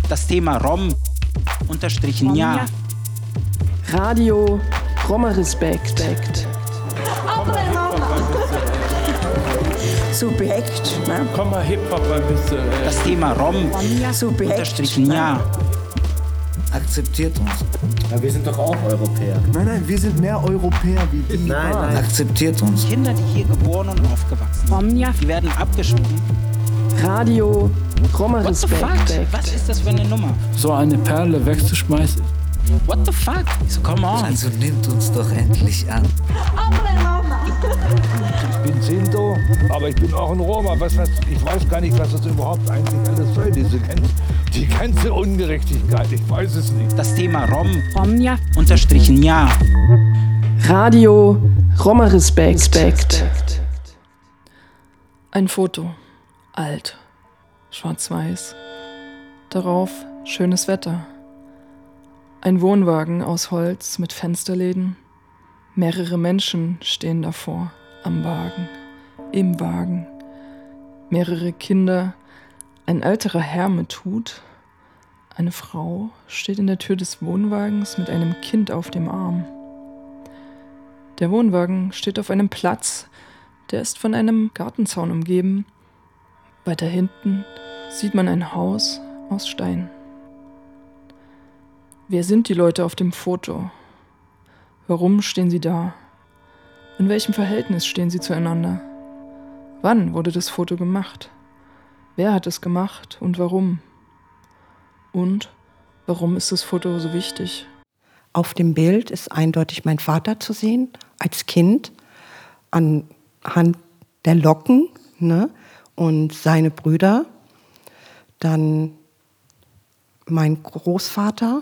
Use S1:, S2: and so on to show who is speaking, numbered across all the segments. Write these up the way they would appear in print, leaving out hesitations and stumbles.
S1: Das Thema Rom unterstrichen ja.
S2: Radio Roma Respekt.
S3: Subjekt, ne?
S4: Komm mal Hip-Hop ein bisschen.
S1: Das Thema Rom
S3: Subjekt.
S1: unterstrichen ja.
S5: Akzeptiert uns.
S6: Ja, wir sind doch auch Europäer.
S7: Nein, wir sind mehr Europäer wie die.
S6: Nein.
S5: Akzeptiert uns.
S1: Kinder, die hier geboren und aufgewachsen sind, die werden abgeschoben.
S2: Radio Roma
S1: What the fuck?
S2: Respekt.
S1: Was ist das für eine Nummer?
S4: So eine Perle wegzuschmeißen.
S1: What the fuck? So, come on.
S5: Also nimmt uns doch endlich an.
S8: Ich bin Sinto, aber ich bin auch ein Roma. Ich weiß gar nicht, was das überhaupt eigentlich alles soll, die ganze Ungerechtigkeit. Ich weiß es nicht.
S1: Das Thema Rom unterstrichen ja.
S2: Radio Roma Respekt.
S9: Ein Foto. Alt. Schwarz-weiß. Darauf schönes Wetter. Ein Wohnwagen aus Holz mit Fensterläden. Mehrere Menschen stehen davor, am Wagen, im Wagen. Mehrere Kinder, ein älterer Herr mit Hut. Eine Frau steht in der Tür des Wohnwagens mit einem Kind auf dem Arm. Der Wohnwagen steht auf einem Platz, der ist von einem Gartenzaun umgeben. Weiter hinten sieht man ein Haus aus Stein. Wer sind die Leute auf dem Foto? Warum stehen sie da? In welchem Verhältnis stehen sie zueinander? Wann wurde das Foto gemacht? Wer hat es gemacht und warum? Und warum ist das Foto so wichtig?
S3: Auf dem Bild ist eindeutig mein Vater zu sehen, als Kind, anhand der Locken, ne? Und seine Brüder. Dann mein Großvater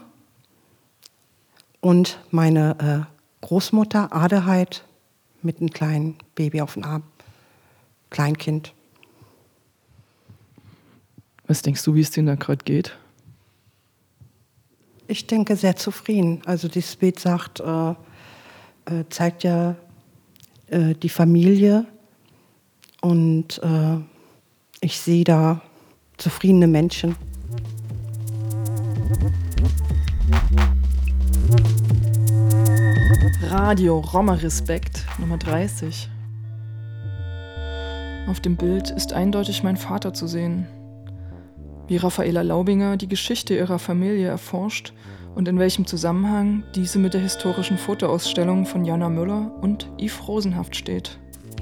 S3: und meine Großmutter Adelheid mit einem kleinen Baby auf dem Arm. Kleinkind.
S9: Was denkst du, wie es denen da gerade geht?
S3: Ich denke, sehr zufrieden. Also dieses Bild zeigt ja die Familie und ich sehe da zufriedene Menschen.
S9: Radio Roma Respekt Nummer 30. Auf dem Bild ist eindeutig mein Vater zu sehen. Wie Raffaela Laubinger die Geschichte ihrer Familie erforscht und in welchem Zusammenhang diese mit der historischen Fotoausstellung von Jana Müller und Yves Rosenhaft steht.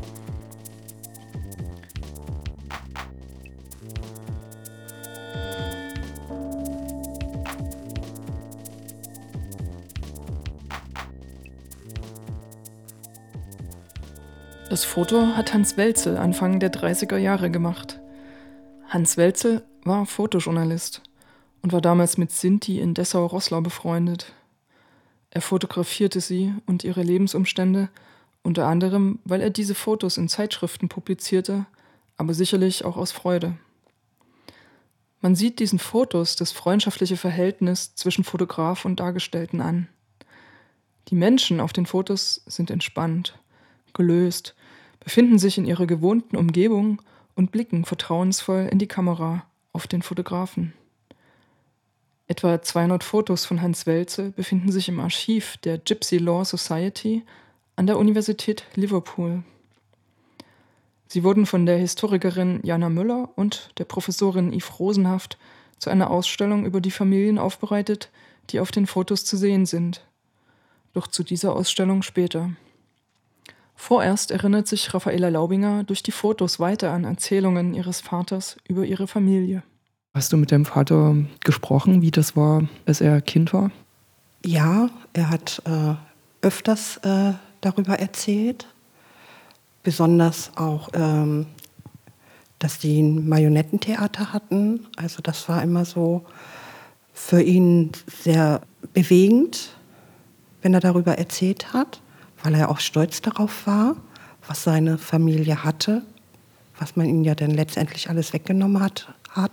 S9: Das Foto hat Hans Welzel Anfang der 30er Jahre gemacht. Hans Welzel war Fotojournalist und war damals mit Sinti in Dessau-Roßlau befreundet. Er fotografierte sie und ihre Lebensumstände, unter anderem, weil er diese Fotos in Zeitschriften publizierte, aber sicherlich auch aus Freude. Man sieht diesen Fotos das freundschaftliche Verhältnis zwischen Fotograf und Dargestellten an. Die Menschen auf den Fotos sind entspannt, gelöst, befinden sich in ihrer gewohnten Umgebung und blicken vertrauensvoll in die Kamera auf den Fotografen. Etwa 200 Fotos von Hans Welzel befinden sich im Archiv der Gypsy Law Society an der Universität Liverpool. Sie wurden von der Historikerin Jana Müller und der Professorin Yves Rosenhaft zu einer Ausstellung über die Familien aufbereitet, die auf den Fotos zu sehen sind. Doch zu dieser Ausstellung später. Vorerst erinnert sich Raffaela Laubinger durch die Fotos weiter an Erzählungen ihres Vaters über ihre Familie. Hast du mit deinem Vater gesprochen, wie das war, als er Kind war?
S3: Ja, er hat öfters darüber erzählt. Besonders auch, dass die ein Marionettentheater hatten. Also das war immer so für ihn sehr bewegend, wenn er darüber erzählt hat, weil er auch stolz darauf war, was seine Familie hatte, was man ihnen ja dann letztendlich alles weggenommen hat.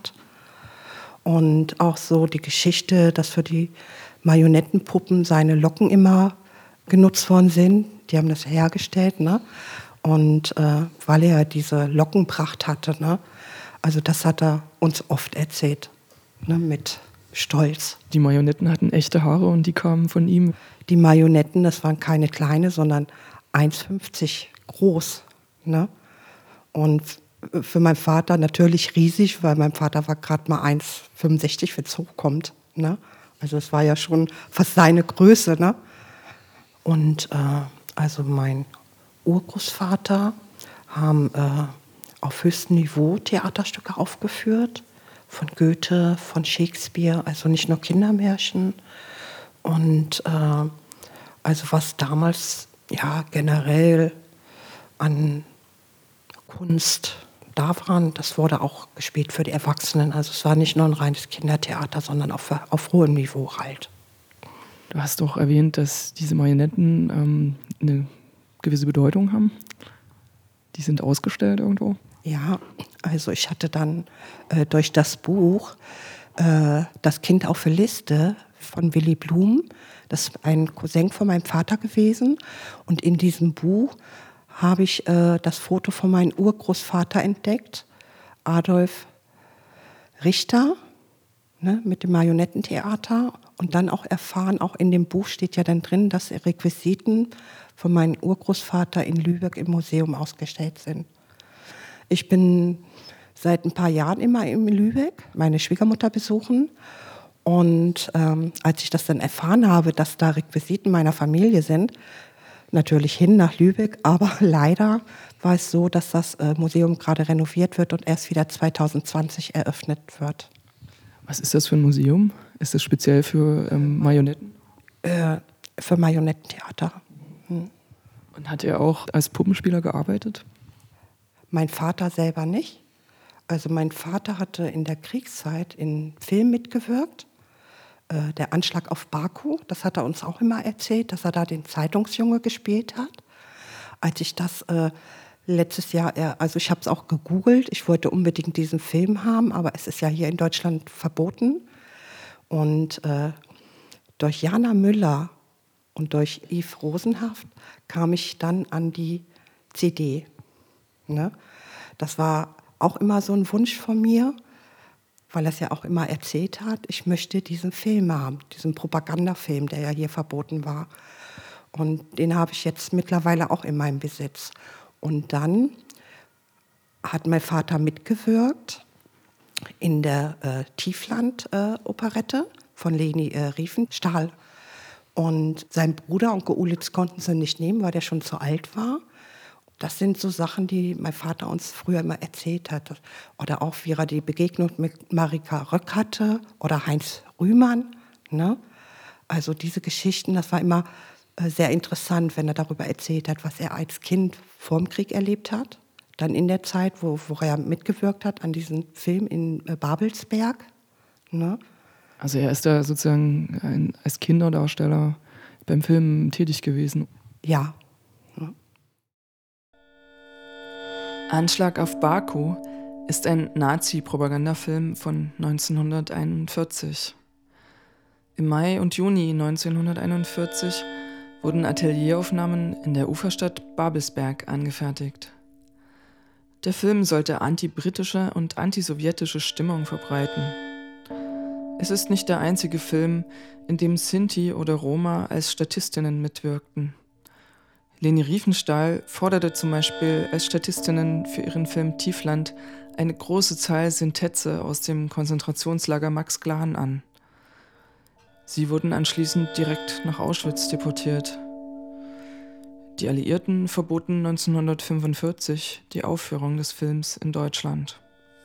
S3: Und auch so die Geschichte, dass für die Marionettenpuppen seine Locken immer genutzt worden sind. Die haben das hergestellt, ne? Und weil er diese Lockenpracht hatte, ne? Also das hat er uns oft erzählt, ne? Mit stolz.
S9: Die Marionetten hatten echte Haare und die kamen von ihm.
S3: Die Marionetten, das waren keine kleine, sondern 1,50 groß. Ne? Und für meinen Vater natürlich riesig, weil mein Vater war gerade mal 1,65, wenn es hochkommt. Ne? Also es war ja schon fast seine Größe. Ne? Und also mein Urgroßvater haben auf höchstem Niveau Theaterstücke aufgeführt. Von Goethe, von Shakespeare, also nicht nur Kindermärchen. Und also was damals ja generell an Kunst da waren, das wurde auch gespielt für die Erwachsenen. Also es war nicht nur ein reines Kindertheater, sondern auf hohem Niveau halt.
S9: Du hast doch erwähnt, dass diese Marionetten eine gewisse Bedeutung haben. Die sind ausgestellt irgendwo.
S3: Ja, also ich hatte dann durch das Buch Das Kind auf der Liste von Willy Blum, das ist ein Cousin von meinem Vater gewesen. Und in diesem Buch habe ich das Foto von meinem Urgroßvater entdeckt, Adolf Richter, ne, mit dem Marionettentheater. Und dann auch erfahren, auch in dem Buch steht ja dann drin, dass Requisiten von meinem Urgroßvater in Lübeck im Museum ausgestellt sind. Ich bin seit ein paar Jahren immer in Lübeck, meine Schwiegermutter besuchen. Und als ich das dann erfahren habe, dass da Requisiten meiner Familie sind, natürlich hin nach Lübeck, aber leider war es so, dass das Museum gerade renoviert wird und erst wieder 2020 eröffnet wird.
S9: Was ist das für ein Museum? Ist das speziell für Marionetten?
S3: Für Marionettentheater.
S9: Und hat er auch als Puppenspieler gearbeitet?
S3: Mein Vater selber nicht. Also mein Vater hatte in der Kriegszeit in Filmen mitgewirkt. Der Anschlag auf Baku, das hat er uns auch immer erzählt, dass er da den Zeitungsjunge gespielt hat. Als ich das letztes Jahr, also ich habe es auch gegoogelt, ich wollte unbedingt diesen Film haben, aber es ist ja hier in Deutschland verboten. Und durch Jana Müller und durch Yves Rosenhaft kam ich dann an die CD. Ne? Das war auch immer so ein Wunsch von mir, weil er es ja auch immer erzählt hat, ich möchte diesen Film haben, diesen Propagandafilm, der ja hier verboten war. Und den habe ich jetzt mittlerweile auch in meinem Besitz. Und dann hat mein Vater mitgewirkt in der Tiefland-Operette von Leni Riefenstahl. Und sein Bruder Onkel Ulitz konnten sie nicht nehmen, weil der schon zu alt war. Das sind so Sachen, die mein Vater uns früher immer erzählt hat. Oder auch, wie er die Begegnung mit Marika Röck hatte oder Heinz Rühmann. Ne? Also diese Geschichten, das war immer sehr interessant, wenn er darüber erzählt hat, was er als Kind vor dem Krieg erlebt hat. Dann in der Zeit, wo er mitgewirkt hat an diesem Film in Babelsberg. Ne?
S9: Also er ist da sozusagen als Kinderdarsteller beim Film tätig gewesen.
S3: Ja.
S9: Anschlag auf Baku ist ein Nazi-Propagandafilm von 1941. Im Mai und Juni 1941 wurden Atelieraufnahmen in der Uferstadt Babelsberg angefertigt. Der Film sollte anti-britische und anti-sowjetische Stimmung verbreiten. Es ist nicht der einzige Film, in dem Sinti oder Roma als Statistinnen mitwirkten. Leni Riefenstahl forderte zum Beispiel als Statistinnen für ihren Film Tiefland eine große Zahl Sintetze aus dem Konzentrationslager Max Glan an. Sie wurden anschließend direkt nach Auschwitz deportiert. Die Alliierten verboten 1945 die Aufführung des Films in Deutschland.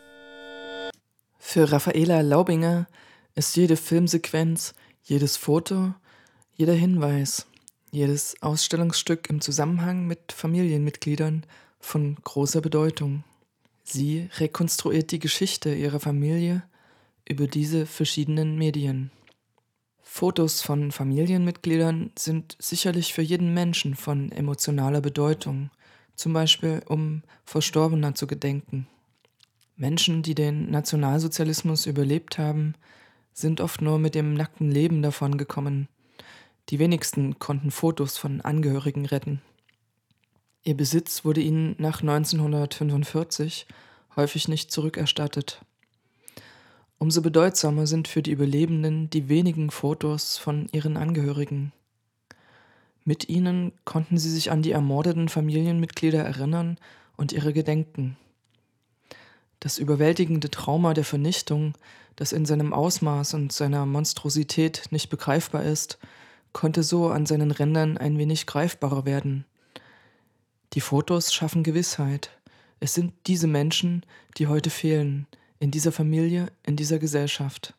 S9: Für Raffaela Laubinger ist jede Filmsequenz, jedes Foto, jeder Hinweis, jedes Ausstellungsstück im Zusammenhang mit Familienmitgliedern von großer Bedeutung. Sie rekonstruiert die Geschichte ihrer Familie über diese verschiedenen Medien. Fotos von Familienmitgliedern sind sicherlich für jeden Menschen von emotionaler Bedeutung, zum Beispiel um Verstorbener zu gedenken. Menschen, die den Nationalsozialismus überlebt haben, sind oft nur mit dem nackten Leben davongekommen. Die wenigsten konnten Fotos von Angehörigen retten. Ihr Besitz wurde ihnen nach 1945 häufig nicht zurückerstattet. Umso bedeutsamer sind für die Überlebenden die wenigen Fotos von ihren Angehörigen. Mit ihnen konnten sie sich an die ermordeten Familienmitglieder erinnern und ihre gedenken. Das überwältigende Trauma der Vernichtung, das in seinem Ausmaß und seiner Monstrosität nicht begreifbar ist, konnte so an seinen Rändern ein wenig greifbarer werden. Die Fotos schaffen Gewissheit. Es sind diese Menschen, die heute fehlen, in dieser Familie, in dieser Gesellschaft.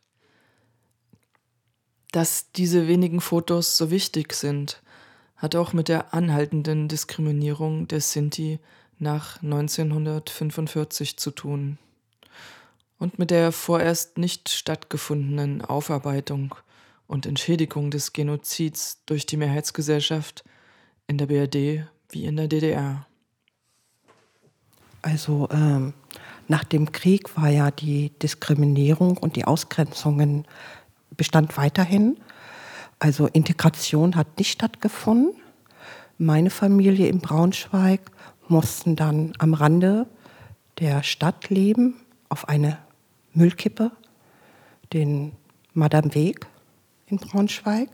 S9: Dass diese wenigen Fotos so wichtig sind, hat auch mit der anhaltenden Diskriminierung der Sinti nach 1945 zu tun und mit der vorerst nicht stattgefundenen Aufarbeitung und Entschädigung des Genozids durch die Mehrheitsgesellschaft in der BRD wie in der DDR.
S3: Also nach dem Krieg war ja die Diskriminierung und die Ausgrenzungen bestand weiterhin. Also Integration hat nicht stattgefunden. Meine Familie in Braunschweig mussten dann am Rande der Stadt leben, auf eine Müllkippe, den Madame Weg in Braunschweig.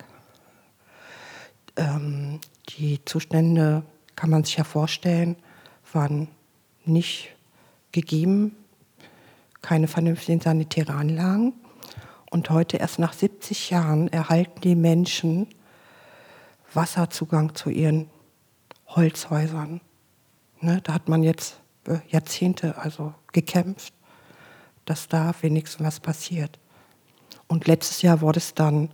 S3: Die Zustände, kann man sich ja vorstellen, waren nicht gegeben, keine vernünftigen sanitären Anlagen. Und heute, erst nach 70 Jahren, erhalten die Menschen Wasserzugang zu ihren Holzhäusern. Ne, da hat man jetzt Jahrzehnte gekämpft, dass da wenigstens was passiert. Und letztes Jahr wurde es dann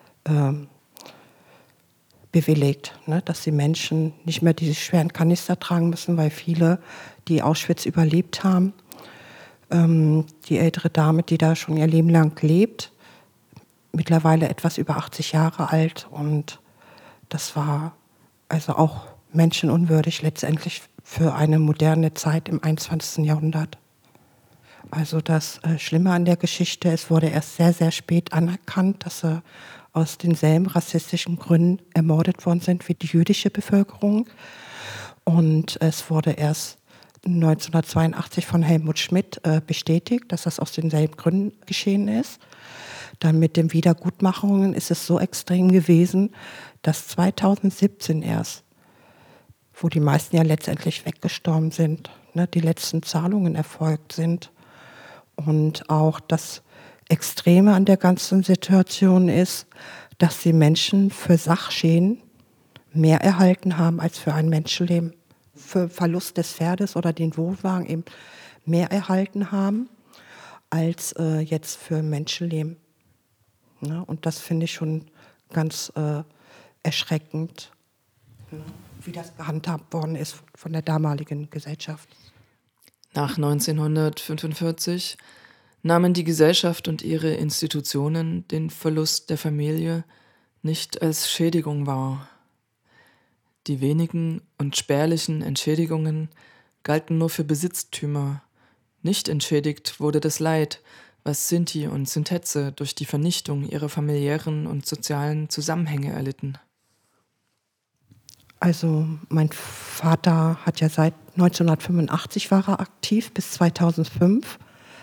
S3: bewilligt, ne, dass die Menschen nicht mehr diese schweren Kanister tragen müssen, weil viele, die Auschwitz überlebt haben, die ältere Dame, die da schon ihr Leben lang lebt, mittlerweile etwas über 80 Jahre alt, und das war also auch menschenunwürdig letztendlich für eine moderne Zeit im 21. Jahrhundert. Also das Schlimme an der Geschichte, es wurde erst sehr, sehr spät anerkannt, dass sie aus denselben rassistischen Gründen ermordet worden sind wie die jüdische Bevölkerung. Und es wurde erst 1982 von Helmut Schmidt bestätigt, dass das aus denselben Gründen geschehen ist. Dann mit den Wiedergutmachungen ist es so extrem gewesen, dass 2017 erst, wo die meisten ja letztendlich weggestorben sind, ne, die letzten Zahlungen erfolgt sind. Und auch das Extreme an der ganzen Situation ist, dass die Menschen für Sachschäden mehr erhalten haben als für ein Menschenleben. Für Verlust des Pferdes oder den Wohnwagen eben mehr erhalten haben als jetzt für Menschenleben. Ne? Und das finde ich schon ganz erschreckend, ne? Wie das gehandhabt worden ist von der damaligen Gesellschaft.
S9: Nach 1945 nahmen die Gesellschaft und ihre Institutionen den Verlust der Familie nicht als Schädigung wahr. Die wenigen und spärlichen Entschädigungen galten nur für Besitztümer. Nicht entschädigt wurde das Leid, was Sinti und Sintetze durch die Vernichtung ihrer familiären und sozialen Zusammenhänge erlitten.
S3: Also mein Vater hat ja seit 1985 war er aktiv, bis 2005.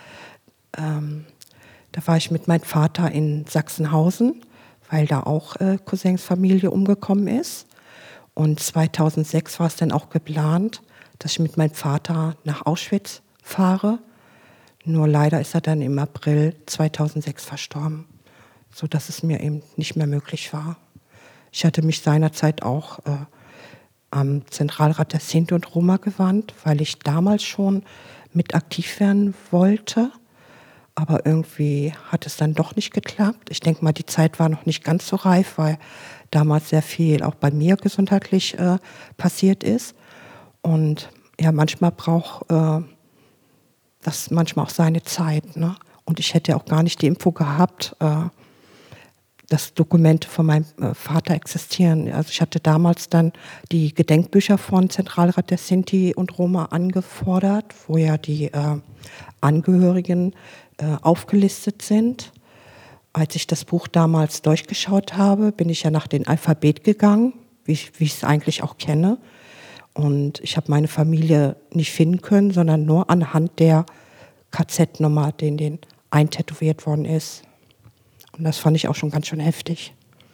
S3: Da war ich mit meinem Vater in Sachsenhausen, weil da auch Cousins Familie umgekommen ist. Und 2006 war es dann auch geplant, dass ich mit meinem Vater nach Auschwitz fahre. Nur leider ist er dann im April 2006 verstorben, sodass es mir eben nicht mehr möglich war. Ich hatte mich seinerzeit auch am Zentralrat der Sinti und Roma gewandt, weil ich damals schon mit aktiv werden wollte. Aber irgendwie hat es dann doch nicht geklappt. Ich denke mal, die Zeit war noch nicht ganz so reif, weil damals sehr viel auch bei mir gesundheitlich passiert ist. Und ja, manchmal braucht das manchmal auch seine Zeit. Ne? Und ich hätte auch gar nicht die Info gehabt, dass Dokumente von meinem Vater existieren. Also ich hatte damals dann die Gedenkbücher von Zentralrat der Sinti und Roma angefordert, wo ja die Angehörigen aufgelistet sind. Als ich das Buch damals durchgeschaut habe, bin ich ja nach dem Alphabet gegangen, wie ich es eigentlich auch kenne. Und ich habe meine Familie nicht finden können, sondern nur anhand der KZ-Nummer, den eintätowiert worden ist. Und das fand ich auch schon ganz schön heftig.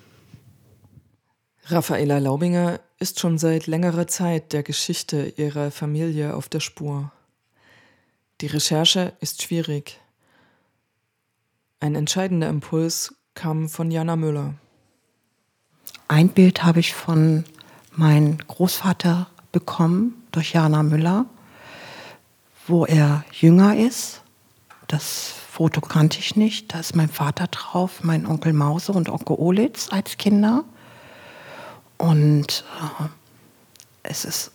S9: Raffaela Laubinger ist schon seit längerer Zeit der Geschichte ihrer Familie auf der Spur. Die Recherche ist schwierig. Ein entscheidender Impuls kam von Jana Müller.
S3: Ein Bild habe ich von meinem Großvater bekommen durch Jana Müller, wo er jünger ist. Das Foto kannte ich nicht. Da ist mein Vater drauf, mein Onkel Mause und Onkel Olitz als Kinder. Und es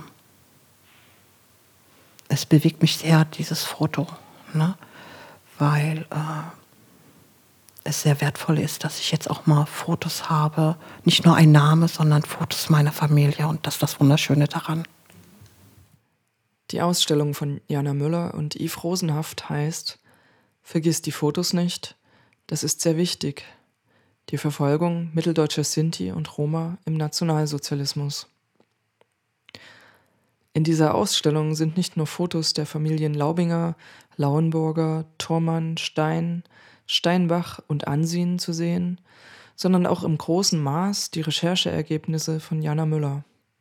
S3: bewegt mich sehr, dieses Foto, ne? Weil es sehr wertvoll ist, dass ich jetzt auch mal Fotos habe, nicht nur ein Name, sondern Fotos meiner Familie, und das ist das Wunderschöne daran.
S9: Die Ausstellung von Jana Müller und Yves Rosenhaft heißt »Vergiss die Fotos nicht, das ist sehr wichtig. Die Verfolgung mitteldeutscher Sinti und Roma im Nationalsozialismus«. In dieser Ausstellung sind nicht nur Fotos der Familien Laubinger, Lauenburger, Thormann, Stein, Steinbach und Ansien zu sehen, sondern auch im großen Maß die Rechercheergebnisse von Jana Müller.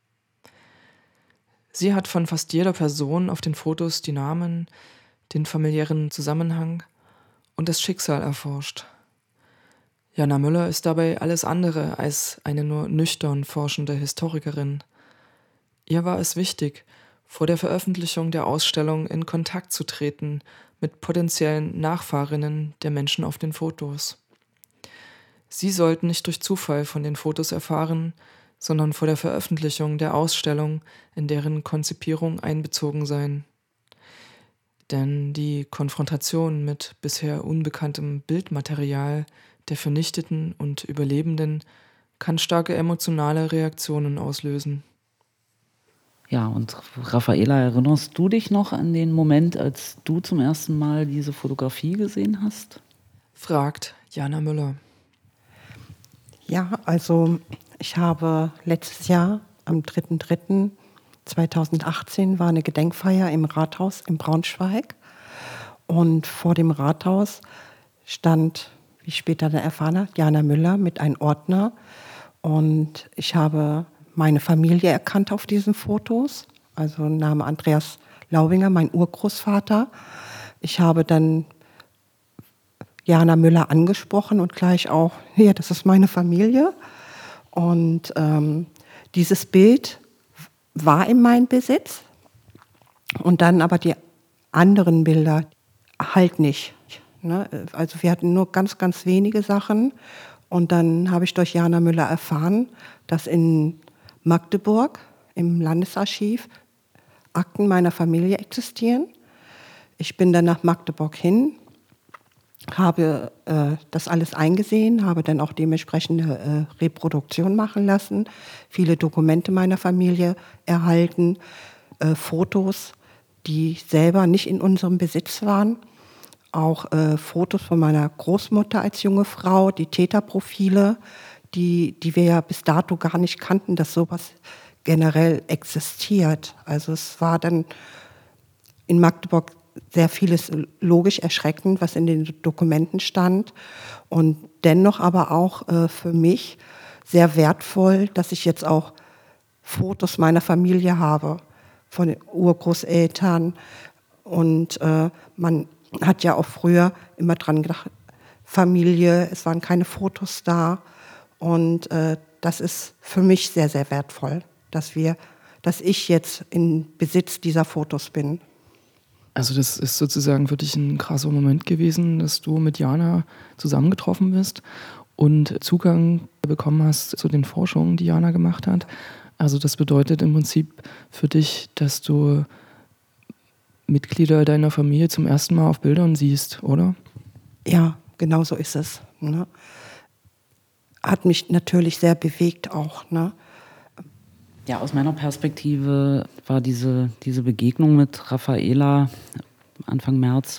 S9: Sie hat von fast jeder Person auf den Fotos die Namen, den familiären Zusammenhang und das Schicksal erforscht. Jana Müller ist dabei alles andere als eine nur nüchtern forschende Historikerin. Ihr war es wichtig, vor der Veröffentlichung der Ausstellung in Kontakt zu treten mit potenziellen Nachfahrinnen der Menschen auf den Fotos. Sie sollten nicht durch Zufall von den Fotos erfahren, sondern vor der Veröffentlichung der Ausstellung in deren Konzipierung einbezogen sein. Denn die Konfrontation mit bisher unbekanntem Bildmaterial der Vernichteten und Überlebenden kann starke emotionale Reaktionen auslösen.
S10: Ja, und Raffaela, erinnerst du dich noch an den Moment, als du zum ersten Mal diese Fotografie gesehen hast?
S9: Fragt Jana Müller.
S3: Ja, also ich habe letztes Jahr am 3.3.2018 war eine Gedenkfeier im Rathaus in Braunschweig. Und vor dem Rathaus stand, wie ich später dann erfahren habe, Jana Müller mit einem Ordner. Und ich habe meine Familie erkannt auf diesen Fotos. Also Name Andreas Laubinger, mein Urgroßvater. Ich habe dann Jana Müller angesprochen und gleich auch, ja, das ist meine Familie. Und dieses Bild war in meinem Besitz. Und dann aber die anderen Bilder halt nicht. Ne? Also wir hatten nur ganz, ganz wenige Sachen. Und dann habe ich durch Jana Müller erfahren, dass in Magdeburg im Landesarchiv Akten meiner Familie existieren. Ich bin dann nach Magdeburg hin, habe das alles eingesehen, habe dann auch dementsprechende Reproduktion machen lassen, viele Dokumente meiner Familie erhalten, Fotos, die selber nicht in unserem Besitz waren, auch Fotos von meiner Großmutter als junge Frau, die Täterprofile, die wir ja bis dato gar nicht kannten, dass sowas generell existiert. Also es war dann in Magdeburg sehr vieles logisch erschreckend, was in den Dokumenten stand. Und dennoch aber auch für mich sehr wertvoll, dass ich jetzt auch Fotos meiner Familie habe, von den Urgroßeltern. Und man hat ja auch früher immer dran gedacht, Familie, es waren keine Fotos da. Und das ist für mich sehr, sehr wertvoll, dass ich jetzt in Besitz dieser Fotos bin.
S9: Also das ist sozusagen für dich ein krasser Moment gewesen, dass du mit Jana zusammengetroffen bist und Zugang bekommen hast zu den Forschungen, die Jana gemacht hat. Also das bedeutet im Prinzip für dich, dass du Mitglieder deiner Familie zum ersten Mal auf Bildern siehst, oder?
S3: Ja, genau so ist es. Ne? Hat mich natürlich sehr bewegt auch. Ne?
S10: Ja, aus meiner Perspektive war diese Begegnung mit Raffaela Anfang März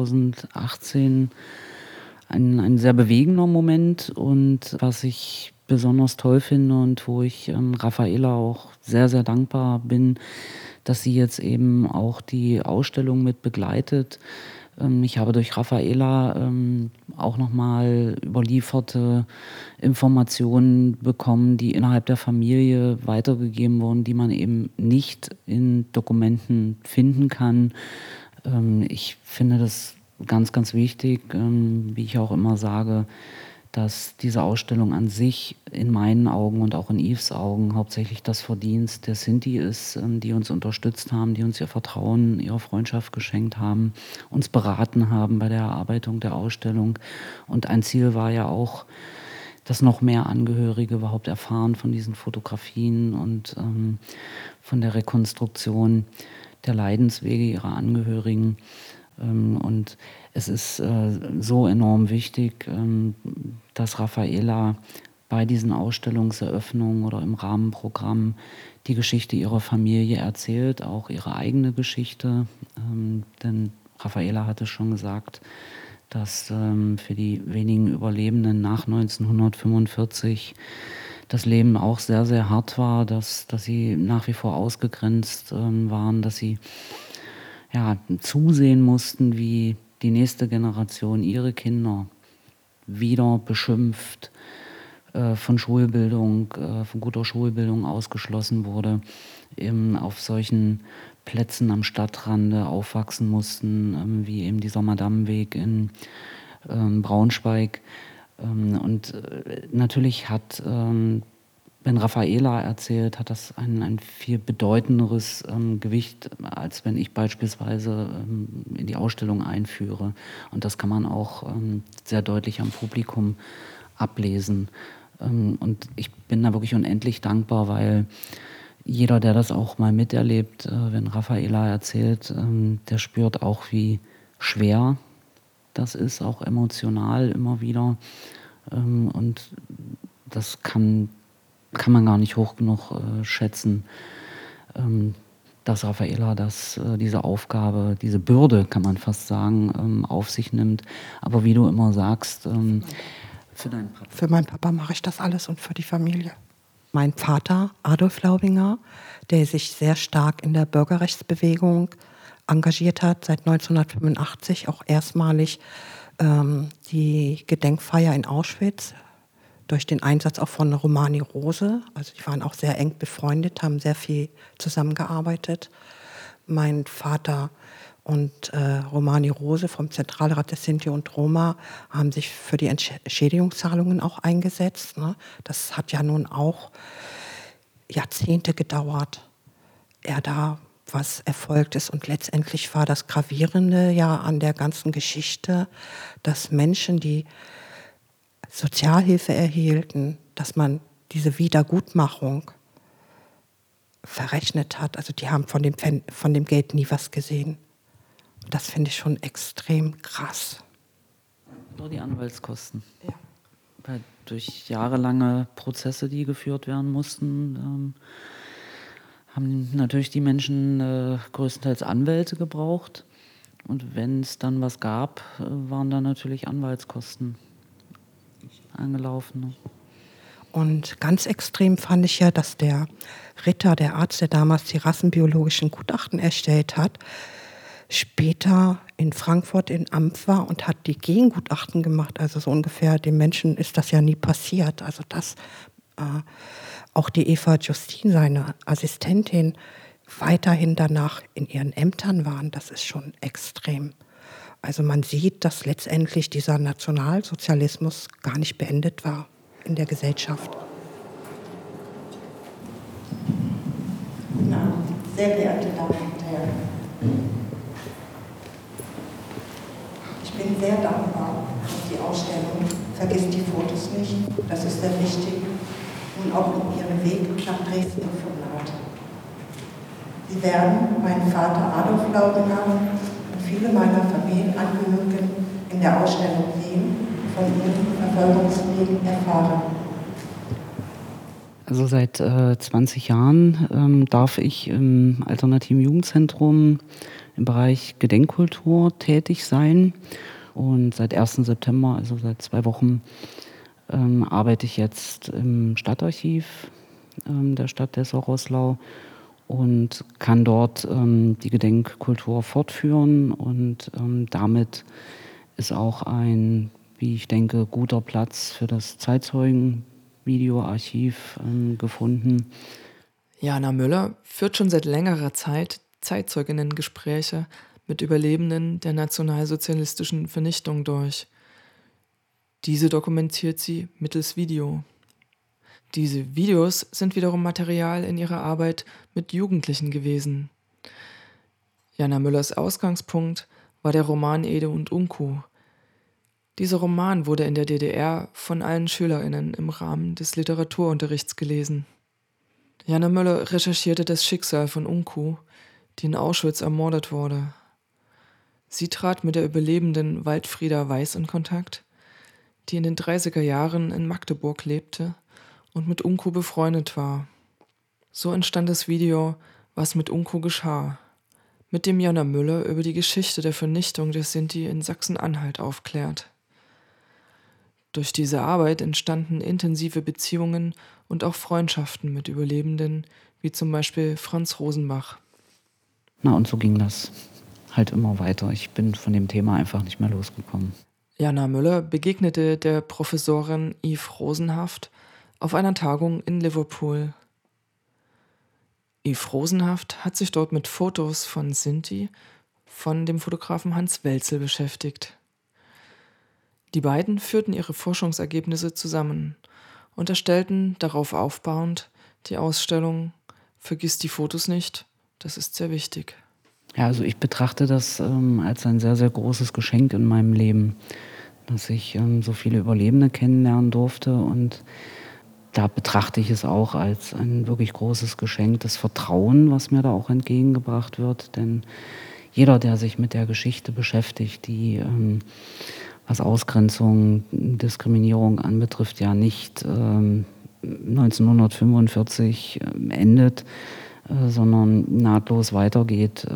S10: 2018 ein sehr bewegender Moment. Und was ich besonders toll finde und wo ich Raffaela auch sehr, sehr dankbar bin, dass sie jetzt eben auch die Ausstellung mit begleitet, Ich habe durch Raffaela auch nochmal überlieferte Informationen bekommen, die innerhalb der Familie weitergegeben wurden, die man eben nicht in Dokumenten finden kann. Ich finde das ganz, ganz wichtig, wie ich auch immer sage, dass diese Ausstellung an sich in meinen Augen und auch in Yves Augen hauptsächlich das Verdienst der Sinti ist, die uns unterstützt haben, die uns ihr Vertrauen, ihre Freundschaft geschenkt haben, uns beraten haben bei der Erarbeitung der Ausstellung. Und ein Ziel war ja auch, dass noch mehr Angehörige überhaupt erfahren von diesen Fotografien und von der Rekonstruktion der Leidenswege ihrer Angehörigen. Und es ist so enorm wichtig, dass Raffaela bei diesen Ausstellungseröffnungen oder im Rahmenprogramm die Geschichte ihrer Familie erzählt, auch ihre eigene Geschichte. Denn Raffaela hatte schon gesagt, dass für die wenigen Überlebenden nach 1945 das Leben auch sehr, sehr hart war, dass sie nach wie vor ausgegrenzt waren, dass sie zusehen mussten, wie die nächste Generation ihre Kinder wieder beschimpft, von Schulbildung, von guter Schulbildung ausgeschlossen wurde, eben auf solchen Plätzen am Stadtrande aufwachsen mussten, wie eben dieser Madameweg in Braunschweig. Und natürlich hat, wenn Raffaela erzählt, hat das ein viel bedeutenderes Gewicht, als wenn ich beispielsweise in die Ausstellung einführe. Und das kann man auch sehr deutlich am Publikum ablesen. Und ich bin da wirklich unendlich dankbar, weil jeder, der das auch mal miterlebt, wenn Raffaela erzählt, der spürt auch, wie schwer das ist, auch emotional immer wieder. Und das kann man gar nicht hoch genug schätzen, dass Raffaela diese Aufgabe, diese Bürde, kann man fast sagen, auf sich nimmt. Aber wie du immer sagst, für deinen Papa.
S3: Für meinen Papa mache ich das alles und für die Familie. Mein Vater, Adolf Laubinger, der sich sehr stark in der Bürgerrechtsbewegung engagiert hat, seit 1985 auch erstmalig die Gedenkfeier in Auschwitz durch den Einsatz auch von Romani Rose. Also die waren auch sehr eng befreundet, haben sehr viel zusammengearbeitet. Mein Vater und Romani Rose vom Zentralrat der Sinti und Roma haben sich für die Entschädigungszahlungen auch eingesetzt. Ne? Das hat ja nun auch Jahrzehnte gedauert, da was erfolgt ist. Und letztendlich war das Gravierende ja an der ganzen Geschichte, dass Menschen, die Sozialhilfe erhielten, dass man diese Wiedergutmachung verrechnet hat. Also die haben von dem Geld nie was gesehen. Das finde ich schon extrem krass.
S10: Nur die Anwaltskosten.
S3: Ja.
S10: Weil durch jahrelange Prozesse, die geführt werden mussten, haben natürlich die Menschen größtenteils Anwälte gebraucht. Und wenn es dann was gab, waren da natürlich Anwaltskosten angelaufen.
S3: Und ganz extrem fand ich ja, dass der Ritter, der Arzt, der damals die rassenbiologischen Gutachten erstellt hat, später in Frankfurt in Amt war und hat die Gengutachten gemacht. Also so ungefähr, den Menschen ist das ja nie passiert. Also dass auch die Eva Justin, seine Assistentin, weiterhin danach in ihren Ämtern waren, das ist schon extrem. Also man sieht, dass letztendlich dieser Nationalsozialismus gar nicht beendet war in der Gesellschaft.
S11: Na, sehr geehrte Damen und Herren, ich bin sehr dankbar für die Ausstellung. Vergesst die Fotos nicht, das ist sehr wichtig. Und auch ihren Weg nach Dresden gefunden hat. Sie werden meinen Vater Adolf Laubinger und viele meiner Familienangehörigen in der Ausstellung sehen, von ihren Verfolgungswegen erfahren.
S10: Also seit 20 Jahren darf ich im Alternativen Jugendzentrum im Bereich Gedenkkultur tätig sein. Und seit 1. September, also seit 2 Wochen, arbeite ich jetzt im Stadtarchiv der Stadt Dessau-Roßlau und kann dort die Gedenkkultur fortführen. Und damit ist auch ein, wie ich denke, guter Platz für das Zeitzeugen-Videoarchiv gefunden.
S9: Jana Müller führt schon seit längerer Zeit Zeitzeuginnen-Gespräche mit Überlebenden der nationalsozialistischen Vernichtung durch. Diese dokumentiert sie mittels Video. Diese Videos sind wiederum Material in ihrer Arbeit mit Jugendlichen gewesen. Jana Müllers Ausgangspunkt war der Roman Ede und Unku. Dieser Roman wurde in der DDR von allen SchülerInnen im Rahmen des Literaturunterrichts gelesen. Jana Müller recherchierte das Schicksal von Unku, die in Auschwitz ermordet wurde. Sie trat mit der Überlebenden Waldfrieda Weiß in Kontakt, die in den 30er Jahren in Magdeburg lebte und mit Unku befreundet war. So entstand das Video Was mit Unku geschah, mit dem Jana Müller über die Geschichte der Vernichtung der Sinti in Sachsen-Anhalt aufklärt. Durch diese Arbeit entstanden intensive Beziehungen und auch Freundschaften mit Überlebenden, wie zum Beispiel Franz Rosenbach.
S10: Na, und so ging das halt immer weiter. Ich bin von dem Thema einfach nicht mehr losgekommen.
S9: Jana Müller begegnete der Professorin Yves Rosenhaft auf einer Tagung in Liverpool. Yves Rosenhaft hat sich dort mit Fotos von Sinti von dem Fotografen Hans Welzel beschäftigt. Die beiden führten ihre Forschungsergebnisse zusammen und erstellten darauf aufbauend die Ausstellung Vergiss die Fotos nicht, das ist sehr wichtig.
S10: Ja, also ich betrachte das als ein sehr, sehr großes Geschenk in meinem Leben, dass ich so viele Überlebende kennenlernen durfte, und da betrachte ich es auch als ein wirklich großes Geschenk, das Vertrauen, was mir da auch entgegengebracht wird, denn jeder, der sich mit der Geschichte beschäftigt, die was Ausgrenzung, Diskriminierung anbetrifft, ja nicht 1945 endet, sondern nahtlos weitergeht,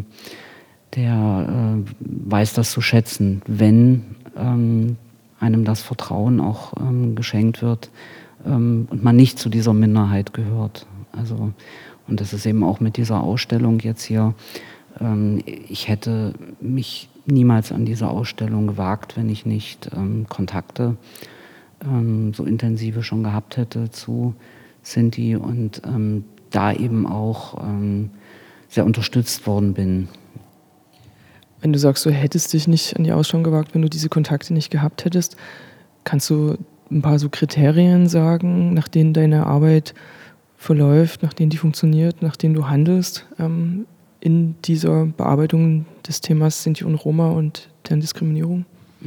S10: der weiß das zu schätzen, wenn einem das Vertrauen auch geschenkt wird und man nicht zu dieser Minderheit gehört. Also, und das ist eben auch mit dieser Ausstellung jetzt hier. Ich hätte mich niemals an diese Ausstellung gewagt, wenn ich nicht Kontakte so intensive schon gehabt hätte zu Sinti und da eben auch sehr unterstützt worden bin.
S9: Wenn du sagst, du hättest dich nicht an die Ausstellung gewagt, wenn du diese Kontakte nicht gehabt hättest, kannst du ein paar so Kriterien sagen, nach denen deine Arbeit verläuft, nach denen die funktioniert, nach denen du handelst in dieser Bearbeitung des Themas Sinti und Roma und deren Diskriminierung?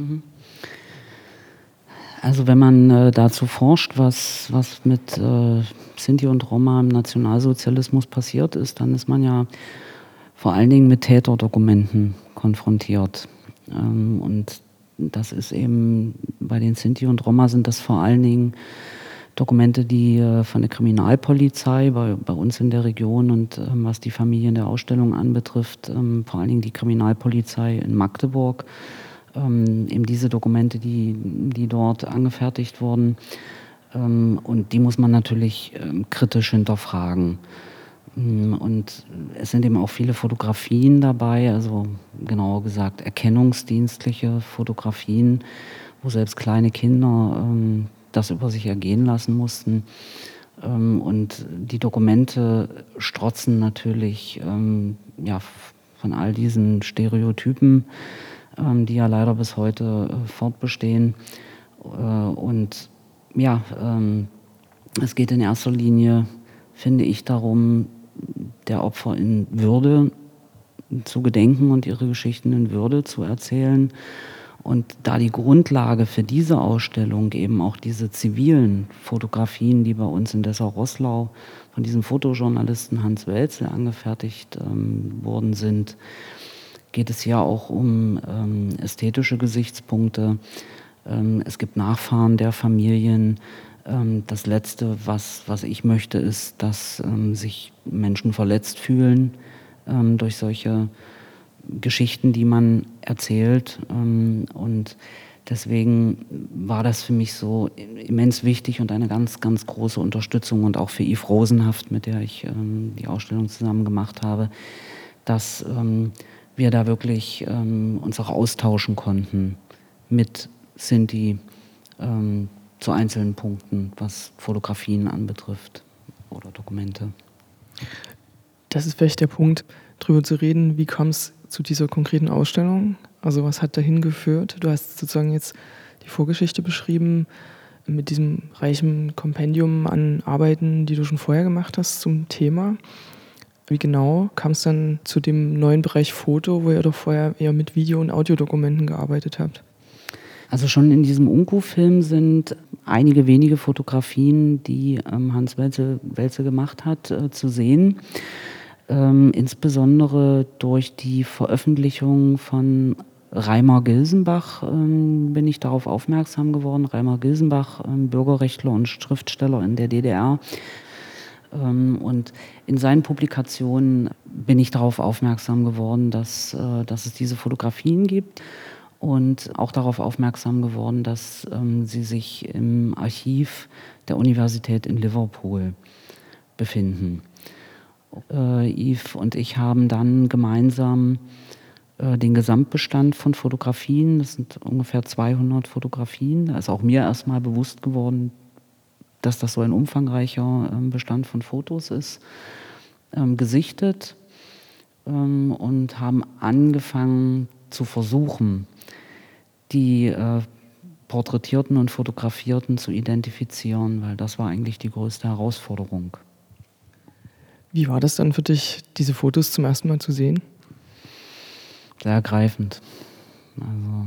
S10: Also wenn man dazu forscht, was mit Sinti und Roma im Nationalsozialismus passiert ist, dann ist man ja vor allen Dingen mit Täterdokumenten konfrontiert. Und das ist eben, bei den Sinti und Roma sind das vor allen Dingen Dokumente, die von der Kriminalpolizei bei uns in der Region und was die Familien der Ausstellung anbetrifft, vor allen Dingen die Kriminalpolizei in Magdeburg, eben diese Dokumente, die dort angefertigt wurden. Und die muss man natürlich kritisch hinterfragen. Und es sind eben auch viele Fotografien dabei, also genauer gesagt erkennungsdienstliche Fotografien, wo selbst kleine Kinder das über sich ergehen lassen mussten. Und die Dokumente strotzen natürlich von all diesen Stereotypen, die ja leider bis heute fortbestehen. Und ja, es geht in erster Linie, finde ich, darum, der Opfer in Würde zu gedenken und ihre Geschichten in Würde zu erzählen. Und da die Grundlage für diese Ausstellung eben auch diese zivilen Fotografien, die bei uns in Dessau-Roßlau von diesem Fotojournalisten Hans Welzel angefertigt worden sind, geht es ja auch um ästhetische Gesichtspunkte. Es gibt Nachfahren der Familien. Das Letzte, was ich möchte, ist, dass sich Menschen verletzt fühlen durch solche Geschichten, die man erzählt. Und Deswegen war das für mich so immens wichtig und eine ganz, ganz große Unterstützung und auch für Yves Rosenhaft, mit der ich die Ausstellung zusammen gemacht habe, dass wir da wirklich uns auch austauschen konnten mit Sinti zu einzelnen Punkten, was Fotografien anbetrifft oder Dokumente.
S9: Das ist vielleicht der Punkt, darüber zu reden, wie kam es zu dieser konkreten Ausstellung? Also was hat dahin geführt? Du hast sozusagen jetzt die Vorgeschichte beschrieben mit diesem reichen Kompendium an Arbeiten, die du schon vorher gemacht hast zum Thema. Wie genau kam es dann zu dem neuen Bereich Foto, wo ihr doch vorher eher mit Video- und Audiodokumenten gearbeitet habt?
S10: Also schon in diesem Unku-Film sind einige wenige Fotografien, die Hans Welzel gemacht hat, zu sehen. Insbesondere durch die Veröffentlichung von Reimar Gilsenbach bin ich darauf aufmerksam geworden. Reimar Gilsenbach, Bürgerrechtler und Schriftsteller in der DDR. Und in seinen Publikationen bin ich darauf aufmerksam geworden, dass es diese Fotografien gibt. Und auch darauf aufmerksam geworden, dass sie sich im Archiv der Universität in Liverpool befinden. Yves und ich haben dann gemeinsam den Gesamtbestand von Fotografien, das sind ungefähr 200 Fotografien, da ist auch mir erstmal bewusst geworden, dass das so ein umfangreicher Bestand von Fotos ist, gesichtet und haben angefangen zu versuchen, die Porträtierten und Fotografierten zu identifizieren, weil das war eigentlich die größte Herausforderung.
S9: Wie war das dann für dich, diese Fotos zum ersten Mal zu sehen?
S10: Sehr ergreifend. Also,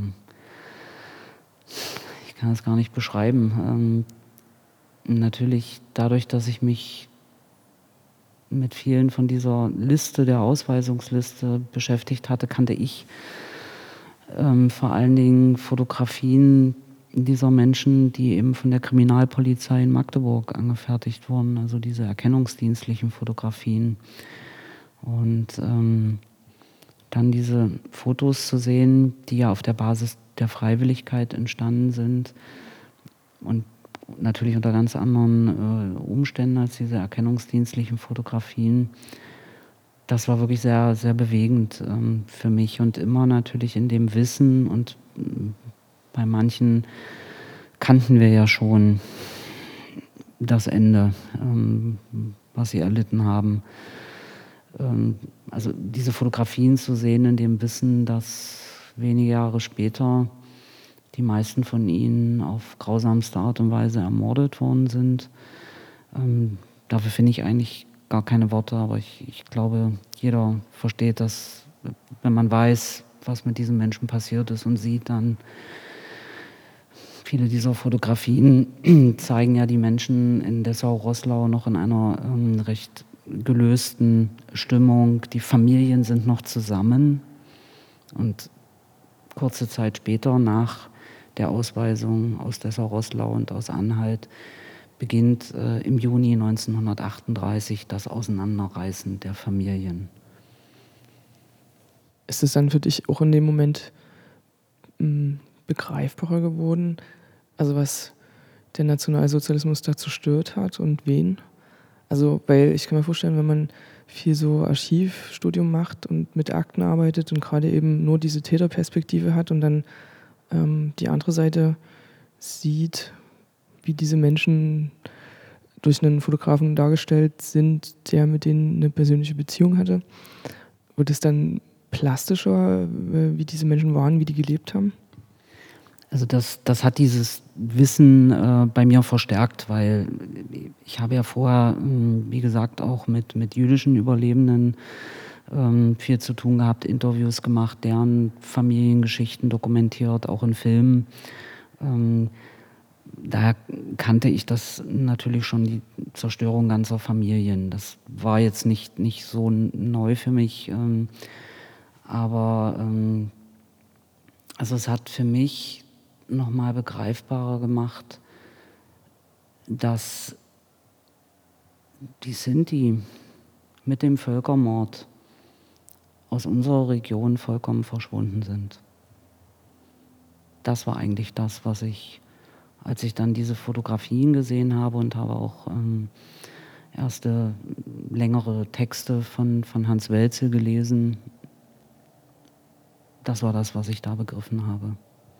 S10: ich kann es gar nicht beschreiben. Natürlich dadurch, dass ich mich mit vielen von dieser Liste, der Ausweisungsliste beschäftigt hatte, kannte ich vor allen Dingen Fotografien dieser Menschen, die eben von der Kriminalpolizei in Magdeburg angefertigt wurden, also diese erkennungsdienstlichen Fotografien. Und dann diese Fotos zu sehen, die ja auf der Basis der Freiwilligkeit entstanden sind und natürlich unter ganz anderen Umständen als diese erkennungsdienstlichen Fotografien. Das war wirklich sehr, sehr bewegend für mich und immer natürlich in dem Wissen und bei manchen kannten wir ja schon das Ende, was sie erlitten haben. Also diese Fotografien zu sehen in dem Wissen, dass wenige Jahre später die meisten von ihnen auf grausamste Art und Weise ermordet worden sind. Dafür finde ich eigentlich gar keine Worte, aber ich glaube, jeder versteht das, wenn man weiß, was mit diesen Menschen passiert ist und sieht dann, viele dieser Fotografien zeigen ja die Menschen in Dessau-Roßlau noch in einer recht gelösten Stimmung. Die Familien sind noch zusammen und kurze Zeit später, nach der Ausweisung aus Dessau-Roßlau und aus Anhalt, beginnt im Juni 1938 das Auseinanderreißen der Familien.
S9: Ist es dann für dich auch in dem Moment begreifbarer geworden, also was der Nationalsozialismus da zerstört hat und wen? Also, weil ich kann mir vorstellen, wenn man viel so Archivstudium macht und mit Akten arbeitet und gerade eben nur diese Täterperspektive hat und dann die andere Seite sieht, wie diese Menschen durch einen Fotografen dargestellt sind, der mit denen eine persönliche Beziehung hatte, wird es dann plastischer, wie diese Menschen waren, wie die gelebt haben?
S10: Also das hat dieses Wissen bei mir verstärkt, weil ich habe ja vorher, wie gesagt, auch mit jüdischen Überlebenden viel zu tun gehabt, Interviews gemacht, deren Familiengeschichten dokumentiert, auch in Filmen. Daher kannte ich das natürlich schon, die Zerstörung ganzer Familien. Das war jetzt nicht so neu für mich, aber also es hat für mich nochmal begreifbarer gemacht, dass die Sinti mit dem Völkermord aus unserer Region vollkommen verschwunden sind. das war eigentlich das, was ich, als ich dann diese Fotografien gesehen habe und habe auch erste längere Texte von Hans Welzel gelesen, das war das, was ich da begriffen habe.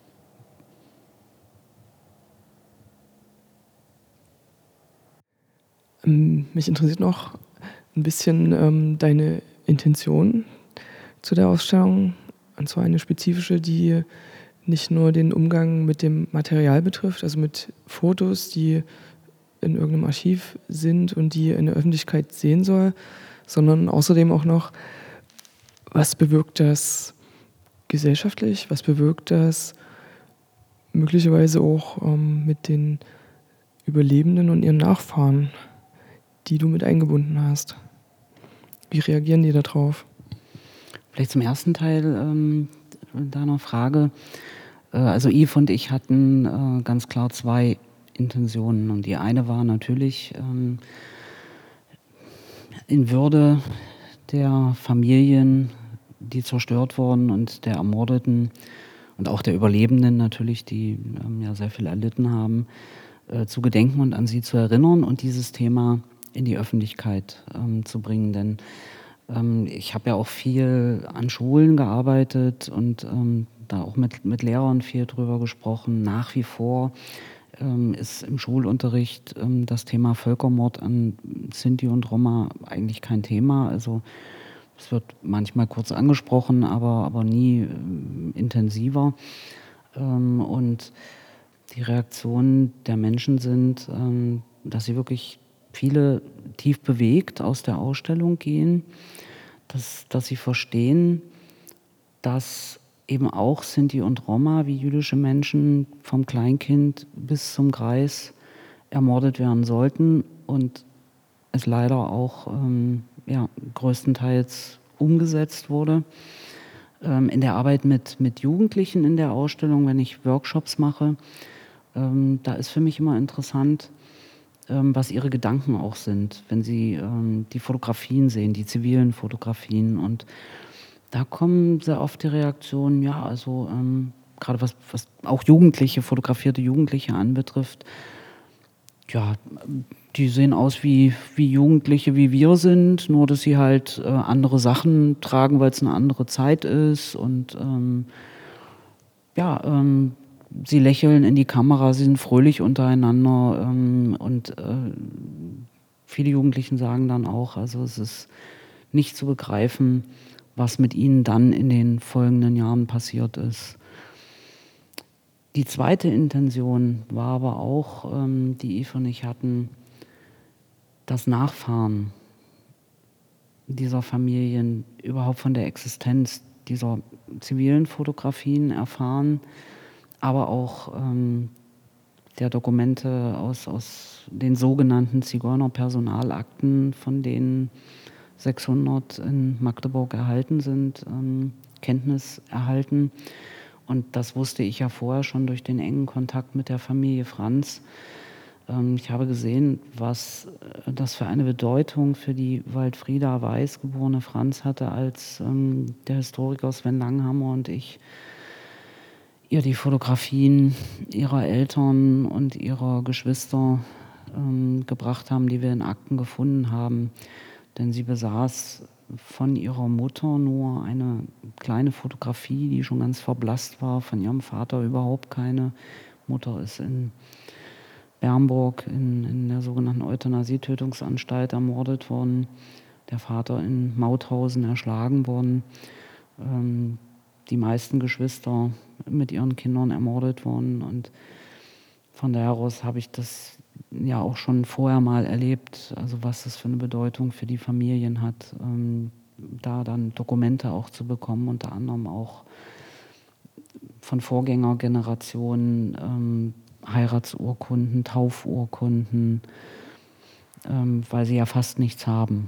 S9: Mich interessiert noch ein bisschen deine Intention zu der Ausstellung, und zwar eine spezifische, die nicht nur den Umgang mit dem Material betrifft, also mit Fotos, die in irgendeinem Archiv sind und die in der Öffentlichkeit sehen soll, sondern außerdem auch noch, was bewirkt das gesellschaftlich, was bewirkt das möglicherweise auch mit den Überlebenden und ihren Nachfahren, die du mit eingebunden hast. Wie reagieren die darauf?
S10: Vielleicht zum ersten Teil deiner Frage. Also Yves und ich hatten ganz klar zwei Intentionen. Und die eine war natürlich in Würde der Familien, die zerstört wurden, und der Ermordeten und auch der Überlebenden natürlich, die ja sehr viel erlitten haben, zu gedenken und an sie zu erinnern und dieses Thema in die Öffentlichkeit zu bringen. Denn ich habe ja auch viel an Schulen gearbeitet und da auch mit Lehrern viel drüber gesprochen. Nach wie vor ist im Schulunterricht das Thema Völkermord an Sinti und Roma eigentlich kein Thema. Also es wird manchmal kurz angesprochen, aber nie intensiver. Und die Reaktionen der Menschen sind, dass sie wirklich viele tief bewegt aus der Ausstellung gehen, dass sie verstehen, dass eben auch Sinti und Roma wie jüdische Menschen vom Kleinkind bis zum Greis ermordet werden sollten und es leider auch größtenteils umgesetzt wurde. In der Arbeit mit Jugendlichen in der Ausstellung, wenn ich Workshops mache, da ist für mich immer interessant, was ihre Gedanken auch sind, wenn sie die Fotografien sehen, die zivilen Fotografien. Und da kommen sehr oft die Reaktionen, gerade was auch fotografierte Jugendliche anbetrifft, ja, die sehen aus wie Jugendliche, wie wir sind, nur dass sie halt andere Sachen tragen, weil es eine andere Zeit ist. Und sie lächeln in die Kamera, sie sind fröhlich untereinander. Und viele Jugendlichen sagen dann auch, also es ist nicht zu begreifen, was mit ihnen dann in den folgenden Jahren passiert ist. Die zweite Intention war aber auch, die Yves und ich hatten, das Nachfahren dieser Familien überhaupt von der Existenz dieser zivilen Fotografien erfahren, aber auch der Dokumente aus den sogenannten Zigeuner-Personalakten, von denen 600 in Magdeburg erhalten sind, Kenntnis erhalten. Und das wusste ich ja vorher schon durch den engen Kontakt mit der Familie Franz. Ich habe gesehen, was das für eine Bedeutung für die Waldfrieda Weiß geborene Franz hatte, als der Historiker Sven Langhammer und ich ihr die Fotografien ihrer Eltern und ihrer Geschwister gebracht haben, die wir in Akten gefunden haben. Denn sie besaß von ihrer Mutter nur eine kleine Fotografie, die schon ganz verblasst war, von ihrem Vater überhaupt keine. Mutter ist in Bernburg in der sogenannten Euthanasie-Tötungsanstalt ermordet worden, der Vater in Mauthausen erschlagen worden, die meisten Geschwister mit ihren Kindern ermordet worden. Und von daher aus habe ich das ja auch schon vorher mal erlebt, also was das für eine Bedeutung für die Familien hat, da dann Dokumente auch zu bekommen, unter anderem auch von Vorgängergenerationen, Heiratsurkunden, Taufurkunden, weil sie ja fast nichts haben.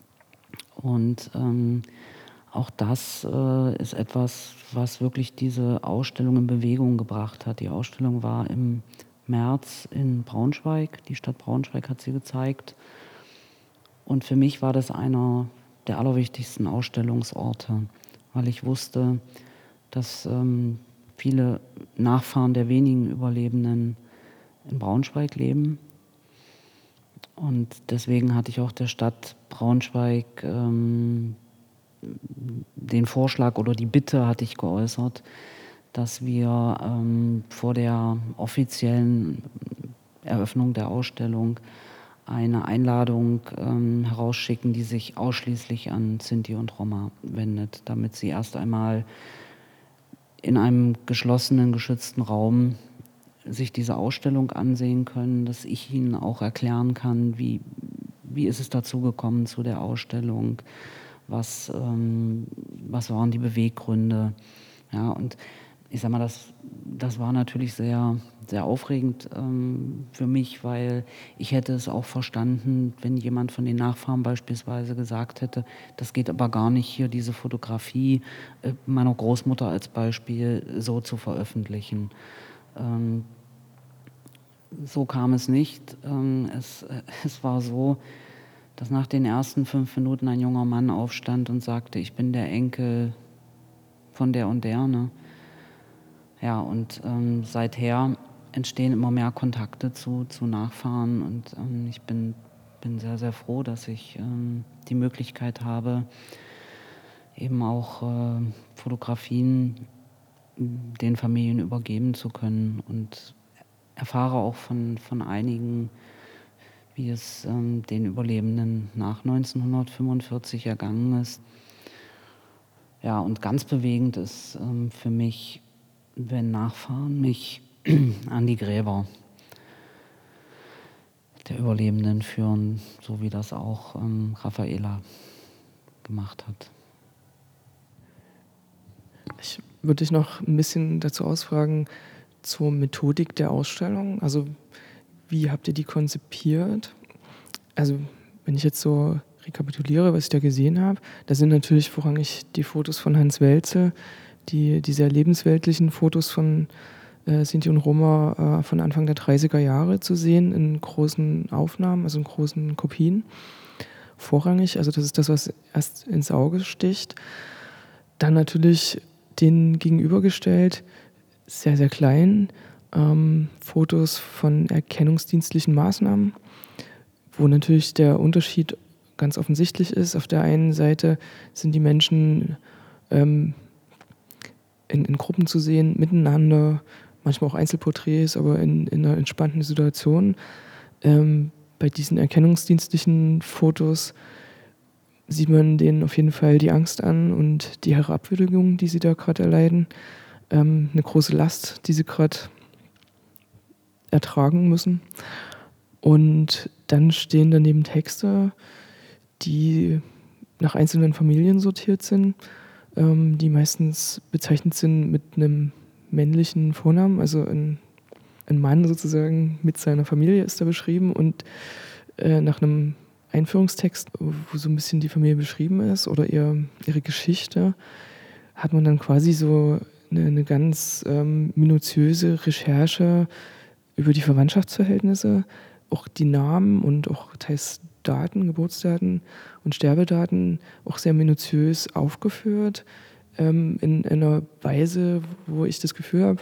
S10: Und auch das ist etwas, was wirklich diese Ausstellung in Bewegung gebracht hat. Die Ausstellung war im März in Braunschweig. Die Stadt Braunschweig hat sie gezeigt. Und für mich war das einer der allerwichtigsten Ausstellungsorte, weil ich wusste, dass viele Nachfahren der wenigen Überlebenden in Braunschweig leben. Und deswegen hatte ich auch der Stadt Braunschweig den Vorschlag oder die Bitte hatte ich geäußert, dass wir vor der offiziellen Eröffnung der Ausstellung eine Einladung herausschicken, die sich ausschließlich an Sinti und Roma wendet, damit sie erst einmal in einem geschlossenen, geschützten Raum sich diese Ausstellung ansehen können, dass ich ihnen auch erklären kann, wie ist es dazu gekommen zu der Ausstellung, was waren die Beweggründe. Ja, und ich sag mal, das war natürlich sehr, sehr aufregend für mich, weil ich hätte es auch verstanden, wenn jemand von den Nachfahren beispielsweise gesagt hätte, das geht aber gar nicht, hier diese Fotografie meiner Großmutter als Beispiel so zu veröffentlichen. So kam es nicht. Es war so, dass nach den ersten 5 Minuten ein junger Mann aufstand und sagte, ich bin der Enkel von der und der, ne? Ja, und seither entstehen immer mehr Kontakte zu Nachfahren und ich bin sehr, sehr froh, dass ich die Möglichkeit habe, eben auch Fotografien den Familien übergeben zu können und erfahre auch von einigen, wie es den Überlebenden nach 1945 ergangen ist. Ja, und ganz bewegend ist für mich, wenn Nachfahren mich an die Gräber der Überlebenden führen, so wie das auch Raffaela gemacht hat.
S9: Ich würde dich noch ein bisschen dazu ausfragen zur Methodik der Ausstellung. Also wie habt ihr die konzipiert? Also wenn ich jetzt so rekapituliere, was ich da gesehen habe, da sind natürlich vorrangig die Fotos von Hans Welzel, die sehr lebensweltlichen Fotos von Sinti und Roma von Anfang der 30er Jahre zu sehen, in großen Aufnahmen, also in großen Kopien. Vorrangig, also das ist das, was erst ins Auge sticht. Dann natürlich denen gegenübergestellt, sehr, sehr klein, Fotos von erkennungsdienstlichen Maßnahmen, wo natürlich der Unterschied ganz offensichtlich ist. Auf der einen Seite sind die Menschen in Gruppen zu sehen, miteinander, manchmal auch Einzelporträts, aber in einer entspannten Situation. Bei diesen erkennungsdienstlichen Fotos sieht man denen auf jeden Fall die Angst an und die Herabwürdigung, die sie da gerade erleiden. Eine große Last, die sie gerade ertragen müssen. Und dann stehen daneben Texte, die nach einzelnen Familien sortiert sind, die meistens bezeichnet sind mit einem männlichen Vornamen, also ein Mann sozusagen mit seiner Familie ist da beschrieben und nach einem Einführungstext, wo so ein bisschen die Familie beschrieben ist oder ihre Geschichte, hat man dann quasi so eine ganz minutiöse Recherche über die Verwandtschaftsverhältnisse, auch die Namen und auch teils Daten, Geburtsdaten und Sterbedaten auch sehr minutiös aufgeführt, in einer Weise, wo ich das Gefühl habe,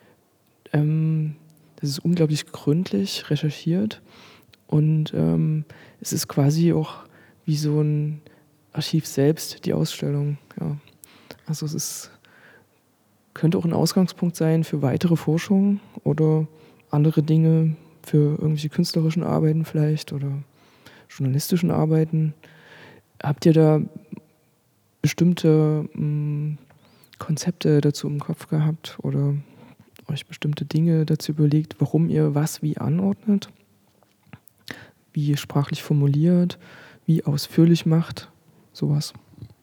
S9: das ist unglaublich gründlich recherchiert und es ist quasi auch wie so ein Archiv selbst, die Ausstellung. Ja. Also könnte auch ein Ausgangspunkt sein für weitere Forschung oder andere Dinge, für irgendwelche künstlerischen Arbeiten vielleicht oder journalistischen Arbeiten. Habt ihr da bestimmte Konzepte dazu im Kopf gehabt oder euch bestimmte Dinge dazu überlegt, warum ihr was wie anordnet, wie sprachlich formuliert, wie ausführlich macht, sowas?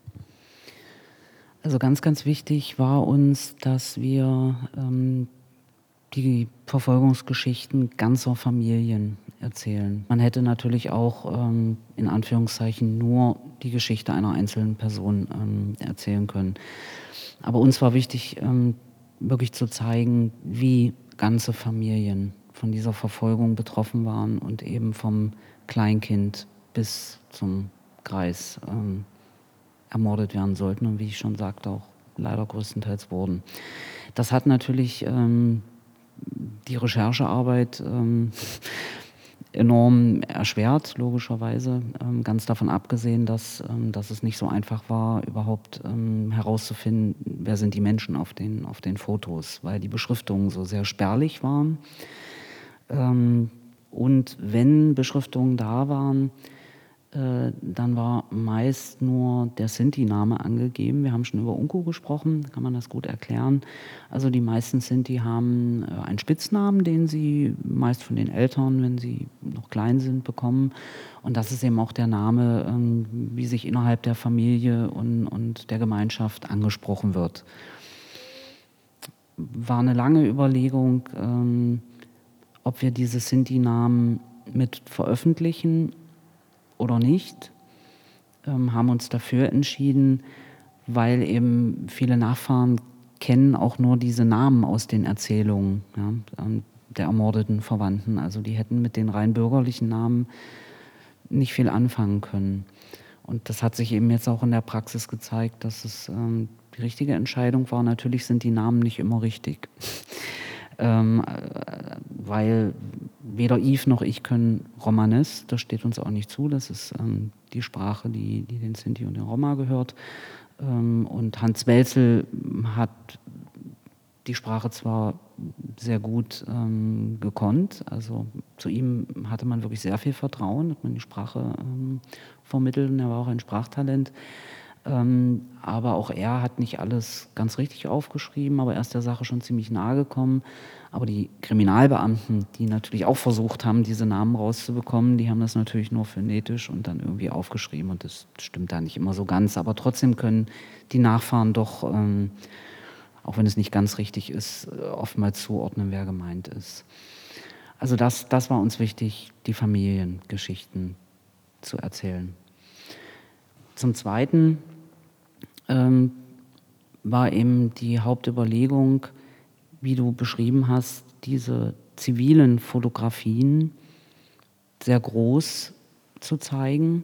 S10: Also ganz, ganz wichtig war uns, dass wir die Verfolgungsgeschichten ganzer Familien erzählen. Man hätte natürlich auch in Anführungszeichen nur die Geschichte einer einzelnen Person erzählen können. Aber uns war wichtig, wirklich zu zeigen, wie ganze Familien von dieser Verfolgung betroffen waren und eben vom Kleinkind bis zum Greis ermordet werden sollten und wie ich schon sagte, auch leider größtenteils wurden. Das hat natürlich die Recherchearbeit enorm erschwert, logischerweise. Ganz davon abgesehen, dass es nicht so einfach war, überhaupt herauszufinden, wer sind die Menschen auf den Fotos, weil die Beschriftungen so sehr spärlich waren. Und wenn Beschriftungen da waren, dann war meist nur der Sinti-Name angegeben. Wir haben schon über Unku gesprochen, kann man das gut erklären. Also die meisten Sinti haben einen Spitznamen, den sie meist von den Eltern, wenn sie noch klein sind, bekommen. Und das ist eben auch der Name, wie sich innerhalb der Familie und der Gemeinschaft angesprochen wird. War eine lange Überlegung, ob wir diese Sinti-Namen mit veröffentlichen oder nicht, haben uns dafür entschieden, weil eben viele Nachfahren kennen auch nur diese Namen aus den Erzählungen, ja, der ermordeten Verwandten. Also die hätten mit den rein bürgerlichen Namen nicht viel anfangen können. Und das hat sich eben jetzt auch in der Praxis gezeigt, dass es die richtige Entscheidung war. Natürlich sind die Namen nicht immer richtig. Weil weder Yves noch ich können Romanes, das steht uns auch nicht zu, das ist die Sprache, die den Sinti und den Roma gehört. Und Hans Welzel hat die Sprache zwar sehr gut gekonnt, also zu ihm hatte man wirklich sehr viel Vertrauen, hat man die Sprache vermittelt und er war auch ein Sprachtalent. Aber auch er hat nicht alles ganz richtig aufgeschrieben, aber er ist der Sache schon ziemlich nahe gekommen. Aber die Kriminalbeamten, die natürlich auch versucht haben, diese Namen rauszubekommen, die haben das natürlich nur phonetisch und dann irgendwie aufgeschrieben. Und das stimmt da nicht immer so ganz. Aber trotzdem können die Nachfahren doch, auch wenn es nicht ganz richtig ist, oftmals zuordnen, wer gemeint ist. Also das war uns wichtig, die Familiengeschichten zu erzählen. Zum Zweiten war eben die Hauptüberlegung, wie du beschrieben hast, diese zivilen Fotografien sehr groß zu zeigen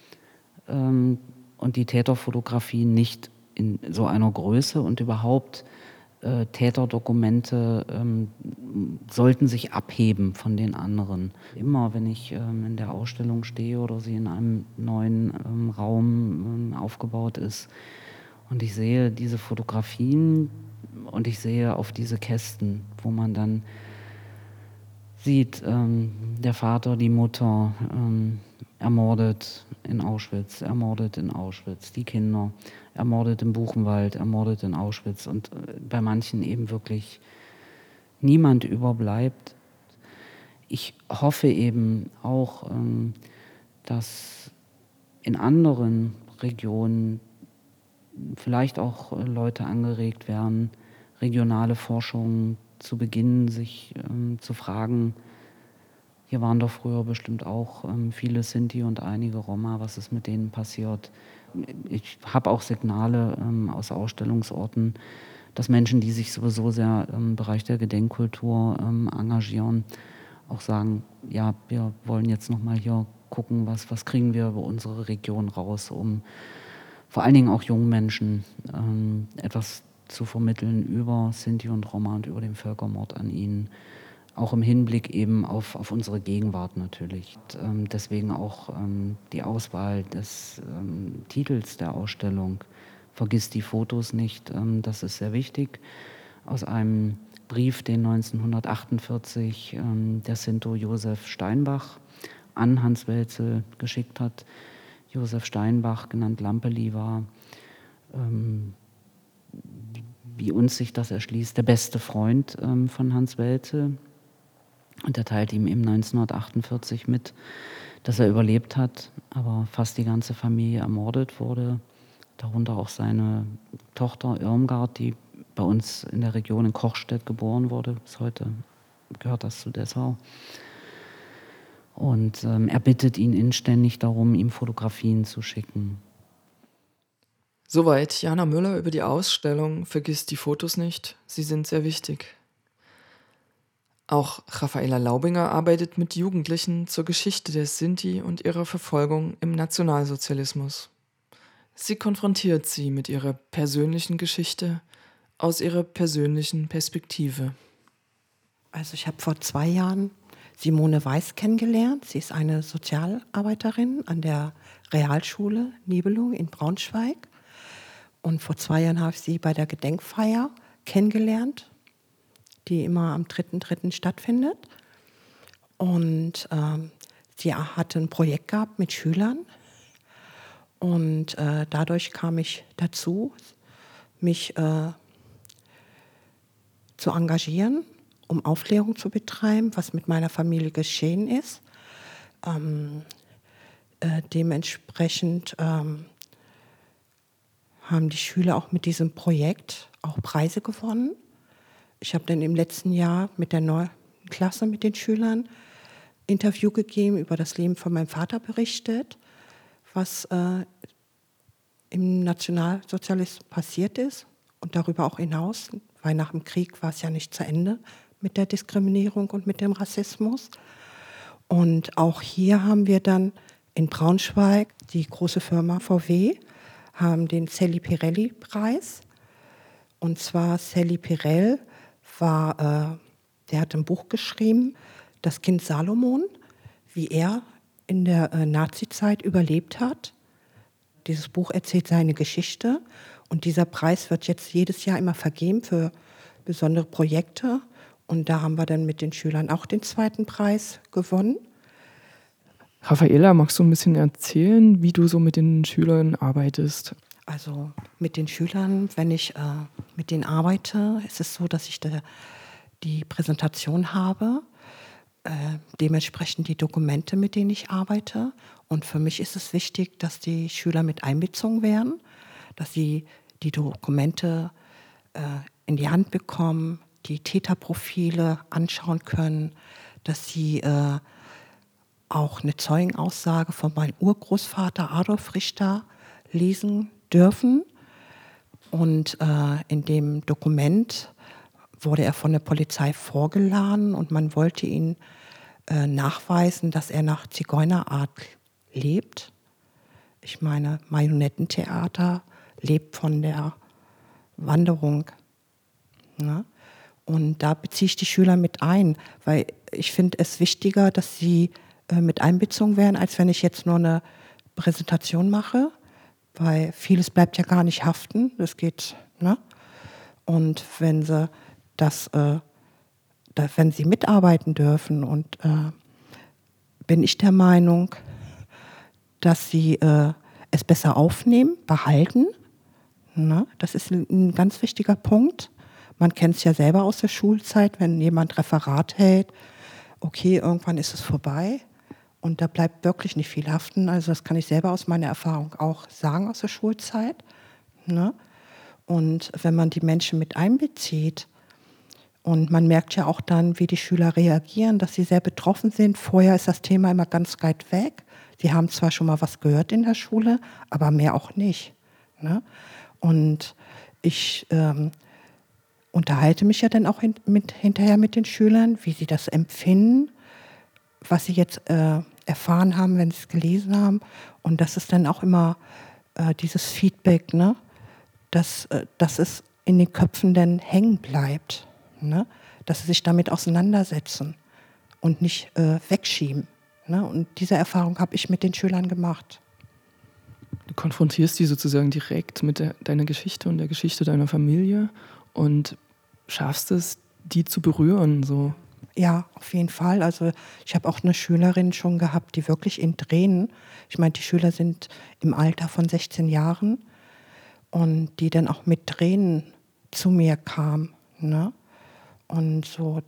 S10: und die Täterfotografien nicht in so einer Größe und überhaupt Täterdokumente sollten sich abheben von den anderen. Immer wenn ich in der Ausstellung stehe oder sie in einem neuen Raum aufgebaut ist und ich sehe diese Fotografien und ich sehe auf diese Kästen, wo man dann sieht, der Vater, die Mutter, ermordet in Auschwitz, die Kinder, ermordet im Buchenwald, ermordet in Auschwitz und bei manchen eben wirklich niemand überbleibt. Ich hoffe eben auch, dass in anderen Regionen vielleicht auch Leute angeregt werden, regionale Forschung zu beginnen, sich zu fragen, hier waren doch früher bestimmt auch viele Sinti und einige Roma, was ist mit denen passiert. Ich habe auch Signale aus Ausstellungsorten, dass Menschen, die sich sowieso sehr im Bereich der Gedenkkultur engagieren, auch sagen, ja, wir wollen jetzt nochmal hier gucken, was kriegen wir über unsere Region raus, um vor allen Dingen auch jungen Menschen etwas zu vermitteln über Sinti und Roma und über den Völkermord an ihnen. Auch im Hinblick eben auf unsere Gegenwart natürlich. Deswegen auch die Auswahl des Titels der Ausstellung. Vergiss die Fotos nicht, das ist sehr wichtig. Aus einem Brief, den 1948 der Sinto Josef Steinbach an Hans Welzel geschickt hat. Josef Steinbach, genannt Lampeli, war, wie uns sich das erschließt, der beste Freund von Hans Welzel. Und er teilte ihm eben 1948 mit, dass er überlebt hat, aber fast die ganze Familie ermordet wurde. Darunter auch seine Tochter Irmgard, die bei uns in der Region in Kochstedt geboren wurde. Bis heute gehört das zu Dessau. Und er bittet ihn inständig darum, ihm Fotografien zu schicken.
S9: Soweit Jana Müller über die Ausstellung Vergiss die Fotos nicht, sie sind sehr wichtig. Auch Raffaela Laubinger arbeitet mit Jugendlichen zur Geschichte der Sinti und ihrer Verfolgung im Nationalsozialismus. Sie konfrontiert sie mit ihrer persönlichen Geschichte aus ihrer persönlichen Perspektive.
S3: Also ich habe vor 2 Jahren Simone Weiß kennengelernt. Sie ist eine Sozialarbeiterin an der Realschule Nibelung in Braunschweig. Und vor 2 Jahren habe ich sie bei der Gedenkfeier kennengelernt, die immer am 3.3. stattfindet. Und sie hatte ein Projekt gehabt mit Schülern. Und dadurch kam ich dazu, mich zu engagieren, um Aufklärung zu betreiben, was mit meiner Familie geschehen ist. Dementsprechend haben die Schüler auch mit diesem Projekt auch Preise gewonnen. Ich habe dann im letzten Jahr mit der 9. Klasse mit den Schülern Interview gegeben, über das Leben von meinem Vater berichtet, was im Nationalsozialismus passiert ist und darüber auch hinaus, weil nach dem Krieg war es ja nicht zu Ende mit der Diskriminierung und mit dem Rassismus. Und auch hier haben wir dann in Braunschweig, die große Firma VW, haben den Sally Pirelli-Preis. Und zwar Sally Pirelli der hat ein Buch geschrieben, Das Kind Salomon, wie er in der Nazizeit überlebt hat. Dieses Buch erzählt seine Geschichte und dieser Preis wird jetzt jedes Jahr immer vergeben für besondere Projekte. Und da haben wir dann mit den Schülern auch den 2. Preis gewonnen.
S9: Raffaela, magst du ein bisschen erzählen, wie du so mit den Schülern arbeitest?
S3: Also mit den Schülern, wenn ich mit denen arbeite, ist es so, dass ich die Präsentation habe, dementsprechend die Dokumente, mit denen ich arbeite. Und für mich ist es wichtig, dass die Schüler mit einbezogen werden, dass sie die Dokumente in die Hand bekommen, die Täterprofile anschauen können, dass sie auch eine Zeugenaussage von meinem Urgroßvater Adolf Richter lesen dürfen. Und in dem Dokument wurde er von der Polizei vorgeladen und man wollte ihn nachweisen, dass er nach Zigeunerart lebt. Ich meine, Marionettentheater lebt von der Wanderung. Ne? Und da beziehe ich die Schüler mit ein, weil ich finde es wichtiger, dass sie mit einbezogen werden, als wenn ich jetzt nur eine Präsentation mache, weil vieles bleibt ja gar nicht haften. Das geht, ne? Und wenn sie wenn sie mitarbeiten dürfen, und bin ich der Meinung, dass sie es besser aufnehmen, behalten. Ne? Das ist ein ganz wichtiger Punkt. Man kennt es ja selber aus der Schulzeit, wenn jemand Referat hält, okay, irgendwann ist es vorbei und da bleibt wirklich nicht viel haften. Also das kann ich selber aus meiner Erfahrung auch sagen aus der Schulzeit. Ne? Und wenn man die Menschen mit einbezieht, und man merkt ja auch dann, wie die Schüler reagieren, dass sie sehr betroffen sind. Vorher ist das Thema immer ganz weit weg. Sie haben zwar schon mal was gehört in der Schule, aber mehr auch nicht. Ne? Und ich unterhalte mich ja dann auch hinterher mit den Schülern, wie sie das empfinden, was sie jetzt erfahren haben, wenn sie es gelesen haben. Und das ist dann auch immer dieses Feedback, ne? Dass es in den Köpfen dann hängen bleibt. Ne? Dass sie sich damit auseinandersetzen und nicht wegschieben. Ne? Und diese Erfahrung habe ich mit den Schülern gemacht.
S9: Du konfrontierst die sozusagen direkt mit deiner Geschichte und der Geschichte deiner Familie und schaffst es, die zu berühren. So.
S3: Ja, auf jeden Fall. Also ich habe auch eine Schülerin schon gehabt, die wirklich in Tränen, ich meine, die Schüler sind im Alter von 16 Jahren und die dann auch mit Tränen zu mir kam. Ne? Und so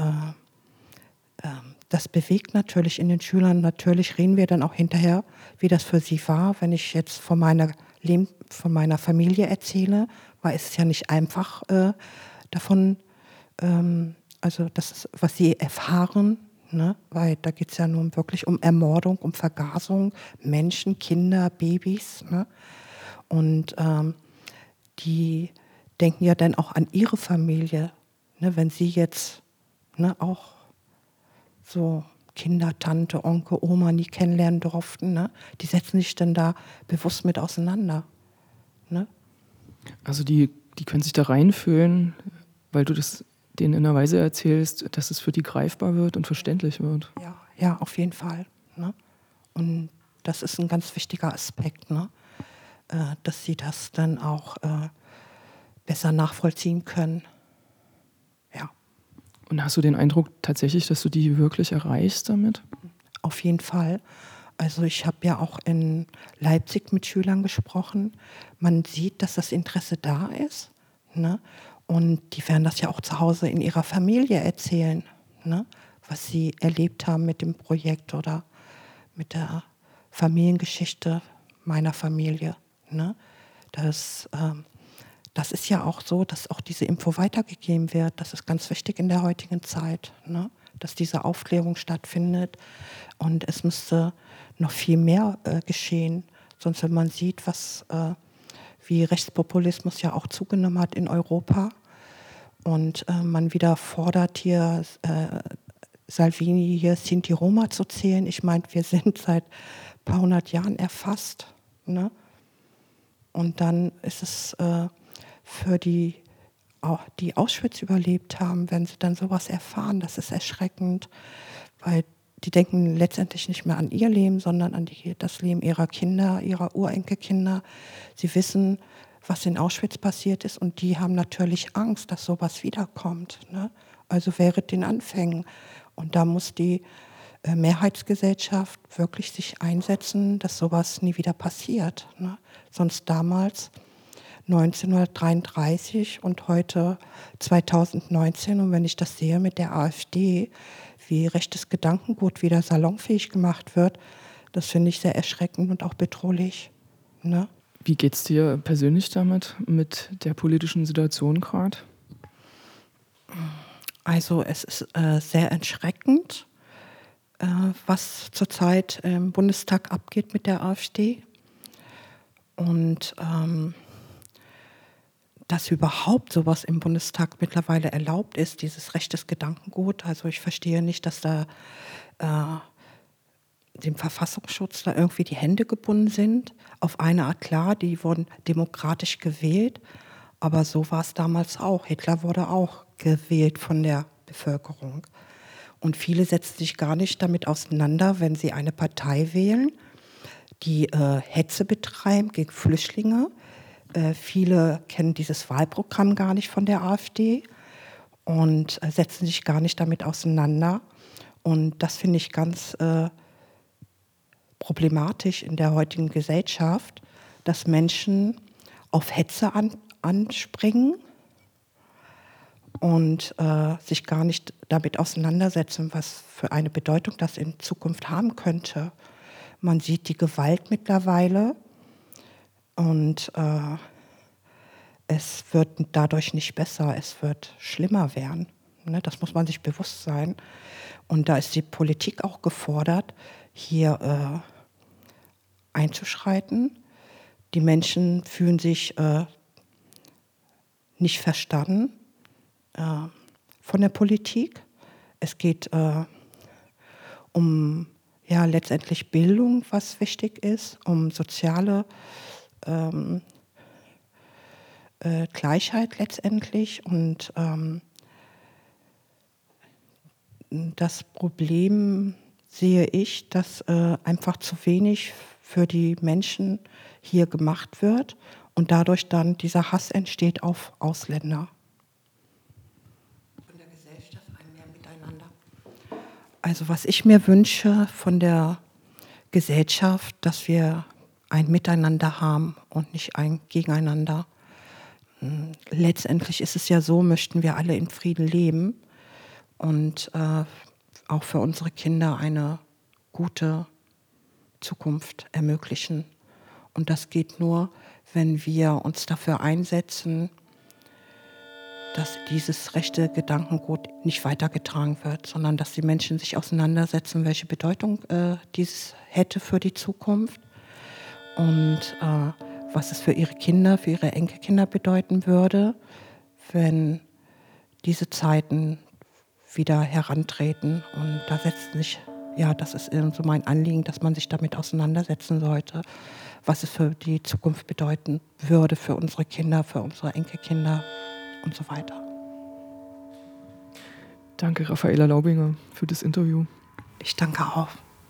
S3: das bewegt natürlich in den Schülern. Natürlich reden wir dann auch hinterher, wie das für sie war, wenn ich jetzt von meiner Familie erzähle, weil es ist ja nicht einfach davon, also das ist, was sie erfahren, ne? Weil da geht es ja nun wirklich um Ermordung, um Vergasung, Menschen, Kinder, Babys. Ne? Und die denken ja dann auch an ihre Familie. Ne, wenn sie jetzt auch so Kinder, Tante, Onkel, Oma nie kennenlernen durften, ne, die setzen sich dann da bewusst mit auseinander. Ne?
S9: Also die die können sich da reinfühlen, weil du das denen in einer Weise erzählst, dass es für die greifbar wird und verständlich wird.
S3: Ja, auf jeden Fall. Ne? Und das ist ein ganz wichtiger Aspekt, ne? Dass sie das dann auch besser nachvollziehen können. Ja.
S9: Und hast du den Eindruck tatsächlich, dass du die wirklich erreichst damit?
S3: Auf jeden Fall. Also ich habe ja auch in Leipzig mit Schülern gesprochen. Man sieht, dass das Interesse da ist. Ne? Und die werden das ja auch zu Hause in ihrer Familie erzählen, ne? Was sie erlebt haben mit dem Projekt oder mit der Familiengeschichte meiner Familie. Ne? Das ist ja auch so, dass auch diese Info weitergegeben wird. Das ist ganz wichtig in der heutigen Zeit, ne? Dass diese Aufklärung stattfindet. Und es müsste noch viel mehr geschehen. Sonst, wenn man sieht, wie Rechtspopulismus ja auch zugenommen hat in Europa und man wieder fordert, hier Salvini, hier Sinti Roma zu zählen. Ich meine, wir sind seit ein paar hundert Jahren erfasst. Ne? Und dann ist es für die Auschwitz überlebt haben, wenn sie dann sowas erfahren, das ist erschreckend, weil die denken letztendlich nicht mehr an ihr Leben, sondern an das Leben ihrer Kinder, ihrer Urenkelkinder. Sie wissen, was in Auschwitz passiert ist und die haben natürlich Angst, dass sowas wiederkommt. Ne? Also während den Anfängen. Und da muss die Mehrheitsgesellschaft wirklich sich einsetzen, dass sowas nie wieder passiert. Ne? Sonst damals 1933 und heute 2019. Und wenn ich das sehe mit der AfD, wie rechtes Gedankengut wieder salonfähig gemacht wird, das finde ich sehr erschreckend und auch bedrohlich. Ne?
S9: Wie geht es dir persönlich damit, mit der politischen Situation gerade?
S3: Also es ist sehr erschreckend, was zurzeit im Bundestag abgeht mit der AfD. Und dass überhaupt sowas im Bundestag mittlerweile erlaubt ist, dieses rechtes Gedankengut. Also ich verstehe nicht, dass da dem Verfassungsschutz da irgendwie die Hände gebunden sind. Auf eine Art klar, die wurden demokratisch gewählt, aber so war es damals auch. Hitler wurde auch gewählt von der Bevölkerung. Und viele setzen sich gar nicht damit auseinander, wenn sie eine Partei wählen, die Hetze betreiben gegen Flüchtlinge. Viele kennen dieses Wahlprogramm gar nicht von der AfD und setzen sich gar nicht damit auseinander. Und das finde ich ganz problematisch in der heutigen Gesellschaft, dass Menschen auf Hetze anspringen und sich gar nicht damit auseinandersetzen, was für eine Bedeutung das in Zukunft haben könnte. Man sieht die Gewalt mittlerweile. Und es wird dadurch nicht besser, es wird schlimmer werden. Ne? Das muss man sich bewusst sein. Und da ist die Politik auch gefordert, hier einzuschreiten. Die Menschen fühlen sich nicht verstanden von der Politik. Es geht um letztendlich Bildung, was wichtig ist, um soziale Gleichheit letztendlich. Und das Problem sehe ich, dass einfach zu wenig für die Menschen hier gemacht wird und dadurch dann dieser Hass entsteht auf Ausländer. Von der Gesellschaft ein mehr Miteinander. Also was ich mir wünsche von der Gesellschaft, dass wir ein Miteinander haben und nicht ein Gegeneinander. Letztendlich ist es ja so, möchten wir alle in Frieden leben und auch für unsere Kinder eine gute Zukunft ermöglichen. Und das geht nur, wenn wir uns dafür einsetzen, dass dieses rechte Gedankengut nicht weitergetragen wird, sondern dass die Menschen sich auseinandersetzen, welche Bedeutung dies hätte für die Zukunft. Und was es für ihre Kinder, für ihre Enkelkinder bedeuten würde, wenn diese Zeiten wieder herantreten. Und da setzen sich ja, das ist so mein Anliegen, dass man sich damit auseinandersetzen sollte, was es für die Zukunft bedeuten würde, für unsere Kinder, für unsere Enkelkinder und so weiter.
S9: Danke, Raffaela Laubinger, für das Interview.
S3: Ich danke auch.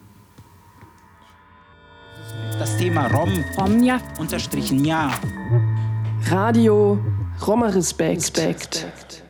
S1: Das Thema Romja _ja.
S2: Radio Roma Respekt.